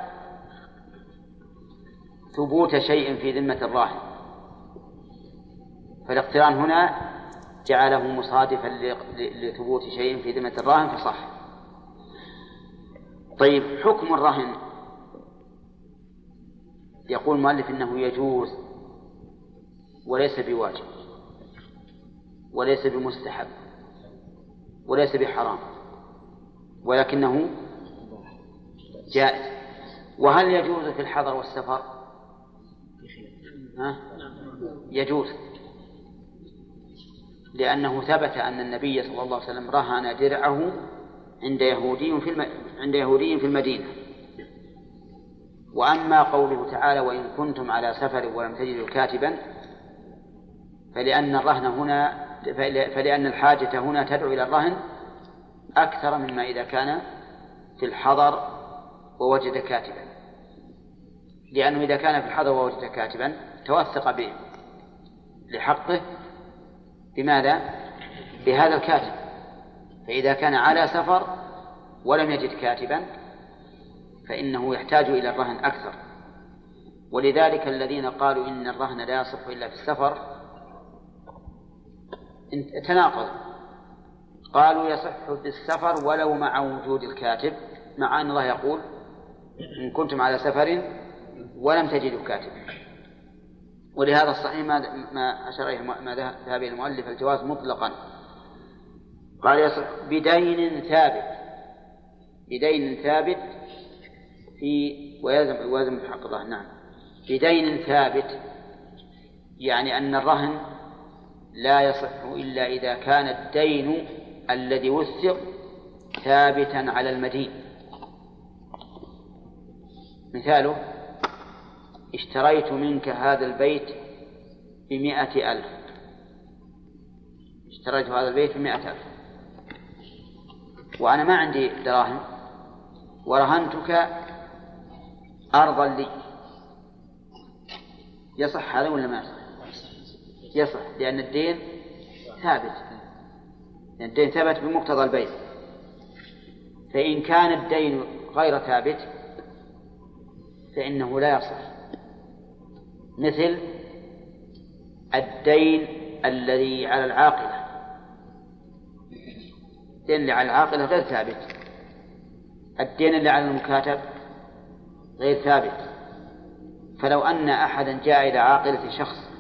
ثبوت شيء في ذمة الراهن، فالاقتران هنا جعله مصادفا لثبوت شيء في ذمة الراهن فصح. طيب، حكم الرهن يقول المؤلف إنه يجوز وليس بواجب وليس بمستحب وليس بحرام، ولكنه جائز. وهل يجوز في الحضر والسفر؟ يجوز، لأنه ثبت أن النبي صلى الله عليه وسلم رهن درعه عند يهودي في المدينة. وأما قوله تعالى وإن كنتم على سفر ولم تجدوا كاتبا فلأن الحاجة هنا تدعو إلى الرهن أكثر مما إذا كان في الحضر ووجد كاتبا، لأنه إذا كان في الحضر ووجد كاتبا توثق به لحقه بماذا؟ بهذا الكاتب. فإذا كان على سفر ولم يجد كاتبا فإنه يحتاج إلى الرهن أكثر. ولذلك الذين قالوا إن الرهن لا يصح إلا في السفر تناقض، قالوا يصح في السفر ولو مع وجود الكاتب، مع أن الله يقول إن كنتم على سفر ولم تجدوا كاتب. ولهذا الصحيح ما أشار إليه ما ذهب إلى المؤلف الجواز مطلقا. قال يصح بدين ثابت في ويلزم بحق الله. نعم. بدين ثابت يعني أن الرهن لا يصح إلا إذا كان الدين الذي وثق ثابتا على المدين. مثاله: اشتريت منك هذا البيت ب100,000. اشتريت هذا البيت ب100,000 وأنا ما عندي دراهم ورهنتك أرضا لي. يصح هذا ولا ما يصح؟ يصح، لأن الدين ثابت، لأن الدين ثبت بمقتضى البيع. فإن كان الدين غير ثابت فإنه لا يصح، مثل الدين الذي على العاقلة. الدين اللي على العاقلة غير ثابت، الدين اللي على المكاتب غير ثابت. فلو أن أحدا جاء إلى عاقلة شخص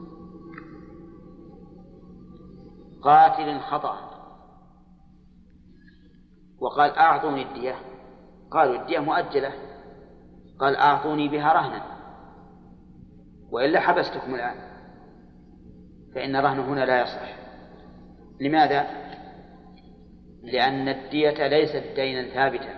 قاتل خطأ وقال: أعطوني الدية، قالوا: الدية مؤجلة، قال: أعطوني بها رهنا وإلا حبستكم الآن، فإن الرهن هنا لا يصح. لماذا؟ لأن الدية ليست دينا ثابتا،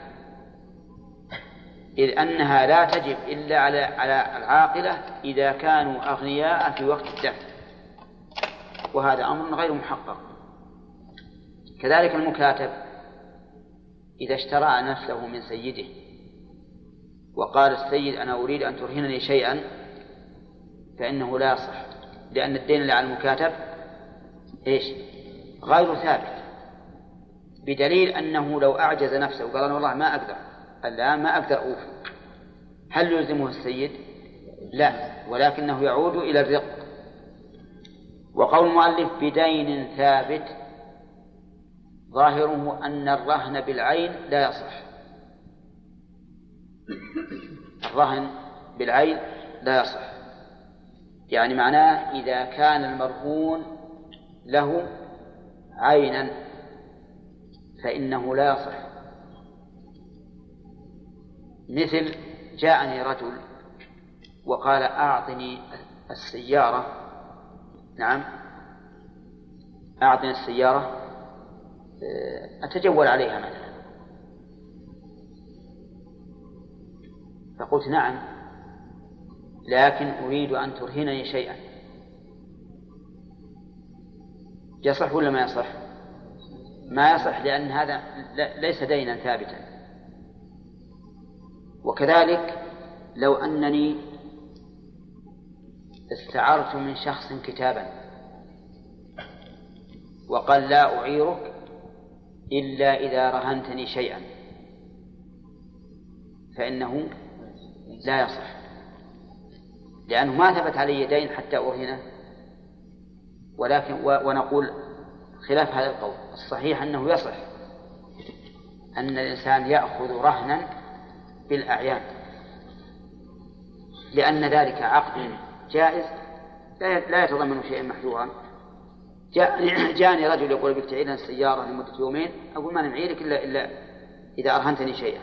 إذ أنها لا تجب إلا على العاقلة إذا كانوا أغنياء في وقت الدفع، وهذا أمر غير محقق. كذلك المكاتب إذا اشترى نفسه من سيده وقال السيد: أنا أريد أن ترهنني شيئا، فإنه لا يصح، لأن الدين اللي على المكاتب غير ثابت، بدليل أنه لو أعجز نفسه وقال: أنا والله ما أقدر الآن، ما أقدر أوفي، هل يلزمه السيد؟ لا، ولكنه يعود إلى الرق. وقول المؤلف بدين ثابت ظاهره أن الرهن بالعين لا يصح. الرهن بالعين لا يصح، يعني معناه إذا كان المرهون له عينا فإنه لا يصح. مثل جاءني رجل وقال: أعطني السيارة، نعم، أعطني السيارة أتجول عليها مثلا، فقلت: نعم، لكن أريد أن ترهنني شيئا. يصح ولا ما يصح؟ ما يصح، لأن هذا ليس دينا ثابتا. وكذلك لو أنني استعرت من شخص كتابا وقال: لا أعيرك إلا إذا رهنتني شيئا، فإنه لا يصح، لأنه ما ثبت علي دين حتى أرهنه. ولكن ونقول خلاف هذا القول، الصحيح أنه يصح أن الإنسان يأخذ رهنا بالأعيان، لأن ذلك عقد جائز لا يتضمن شيئا محذورا. جاءني رجل يقول: بك تعيرنا السيارة لمدة يومين، أقول: ما نعيرك إلا إذا أرهنتني شيئا.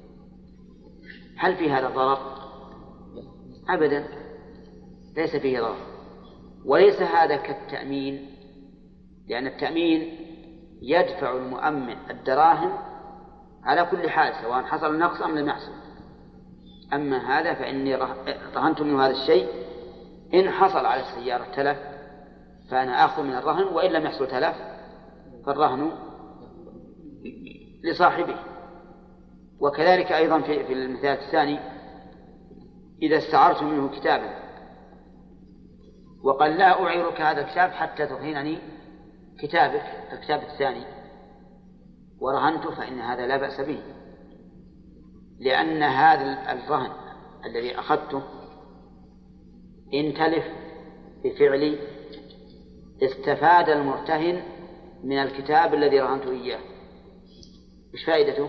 هل في هذا ضرر؟ أبدا، ليس فيه ضرر. وليس هذا كالتأمين، لأن التأمين يدفع المؤمن الدراهم على كل حال سواء حصل النقص أم لم يحصل. أما هذا فإني رهنت منه هذا الشيء، إن حصل على السيارة تلف فأنا أخذ من الرهن، وإن لم يحصل تلف فالرهن لصاحبه. وكذلك أيضا في المثال الثاني، إذا استعرت منه كتابا وقال: لا أعيرك هذا الكتاب حتى ترهنني كتابك الكتاب الثاني، ورهنته، فإن هذا لا بأس به، لأن هذا الرهن الذي أخذته إن تلف بفعلي استفاد المرتهن من الكتاب الذي رهنته إياه. إيش فائدته؟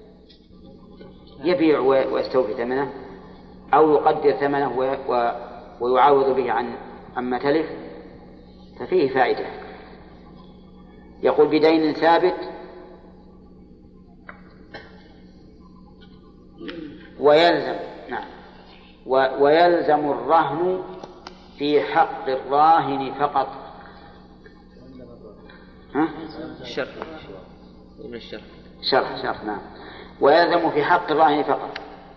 يبيع ويستوفي ثمنه، أو يقدر ثمنه ويعاوض به عما تلف، ففيه فائدة. يقول: بدين ثابت ويلزم ويلزم الرهن في حق الراهن فقط. شرح نعم. ويلزم في حق الراهن فقط.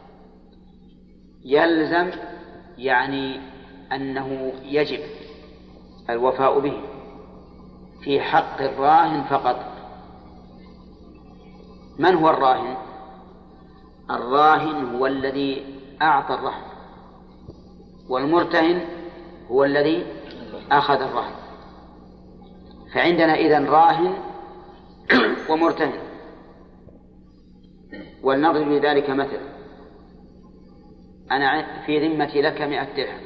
يلزم يعني أنه يجب الوفاء به في حق الراهن فقط. من هو الراهن؟ الراهن هو الذي أعطى الرهن، والمرتهن هو الذي أخذ الرهن. فعندنا إذن راهن ومرتهن. ولنضرب لذلك مثل: أنا في ذمتي لك 100 درهم،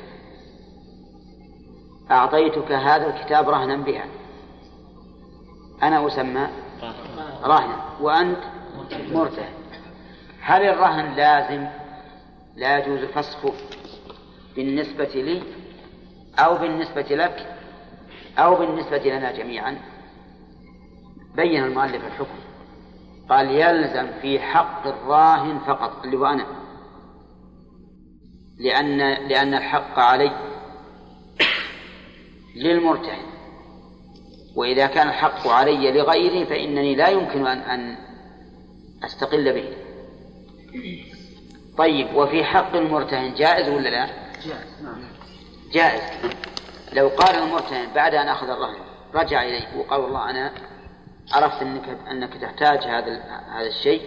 أعطيتك هذا الكتاب رهنا بها، أنا أسمى راهنا وأنت مرتهن. هل الرهن لازم لا يجوز فسخه بالنسبة لي أو بالنسبة لك أو بالنسبة لنا جميعا؟ بين المؤلف الحكم، قال يلزم في حق الراهن فقط اللي هو أنا، لأن الحق علي للمرتهن، وإذا كان الحق علي لغيري فإنني لا يمكن أن أستقل به. طيب، وفي حق المرتهن جائز ولا لا؟ جائز. لو قال المرتهن بعد أن أخذ الرهن رجع إليه وقال والله أنا عرفت أنك تحتاج هذا الشيء،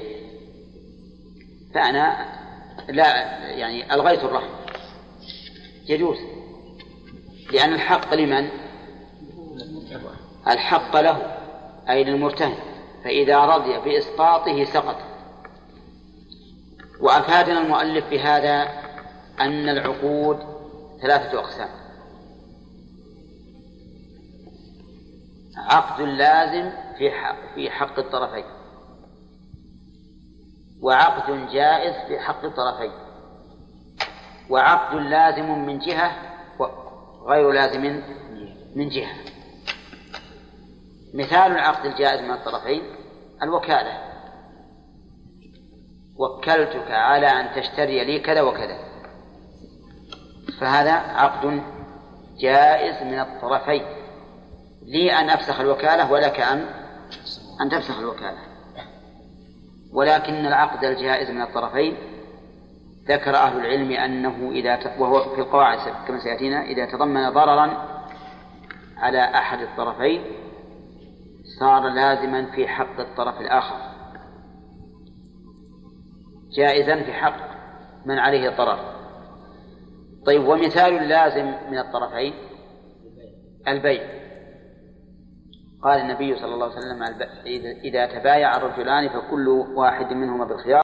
فأنا لا يعني ألغيت الرهن، يجوز، لأن الحق لمن؟ الحق له أي للمرتهن، فإذا رضي بإسقاطه سقط. وأفادنا المؤلف بهذا أن العقود 3 أقسام: عقد لازم في حق الطرفين، وعقد جائز في حق الطرفين، وعقد لازم من جهة وغير لازم من جهة. مثال العقد الجائز من الطرفين الوكالة: وكلتك على أن تشتري لي كذا وكذا، فهذا عقد جائز من الطرفين، لي أن أفسخ الوكالة ولك أن تفسخ الوكالة. ولكن العقد الجائز من الطرفين ذكر أهل العلم أنه وهو في القواعد كما سيأتينا إذا تضمن ضررا على أحد الطرفين صار لازما في حق الطرف الآخر، جائزا في حق من عليه الضرر. طيب، ومثال اللازم من الطرفين البيع. قال النبي صلى الله عليه وسلم: إذا تبايع الرجلان فكل واحد منهما بالخيار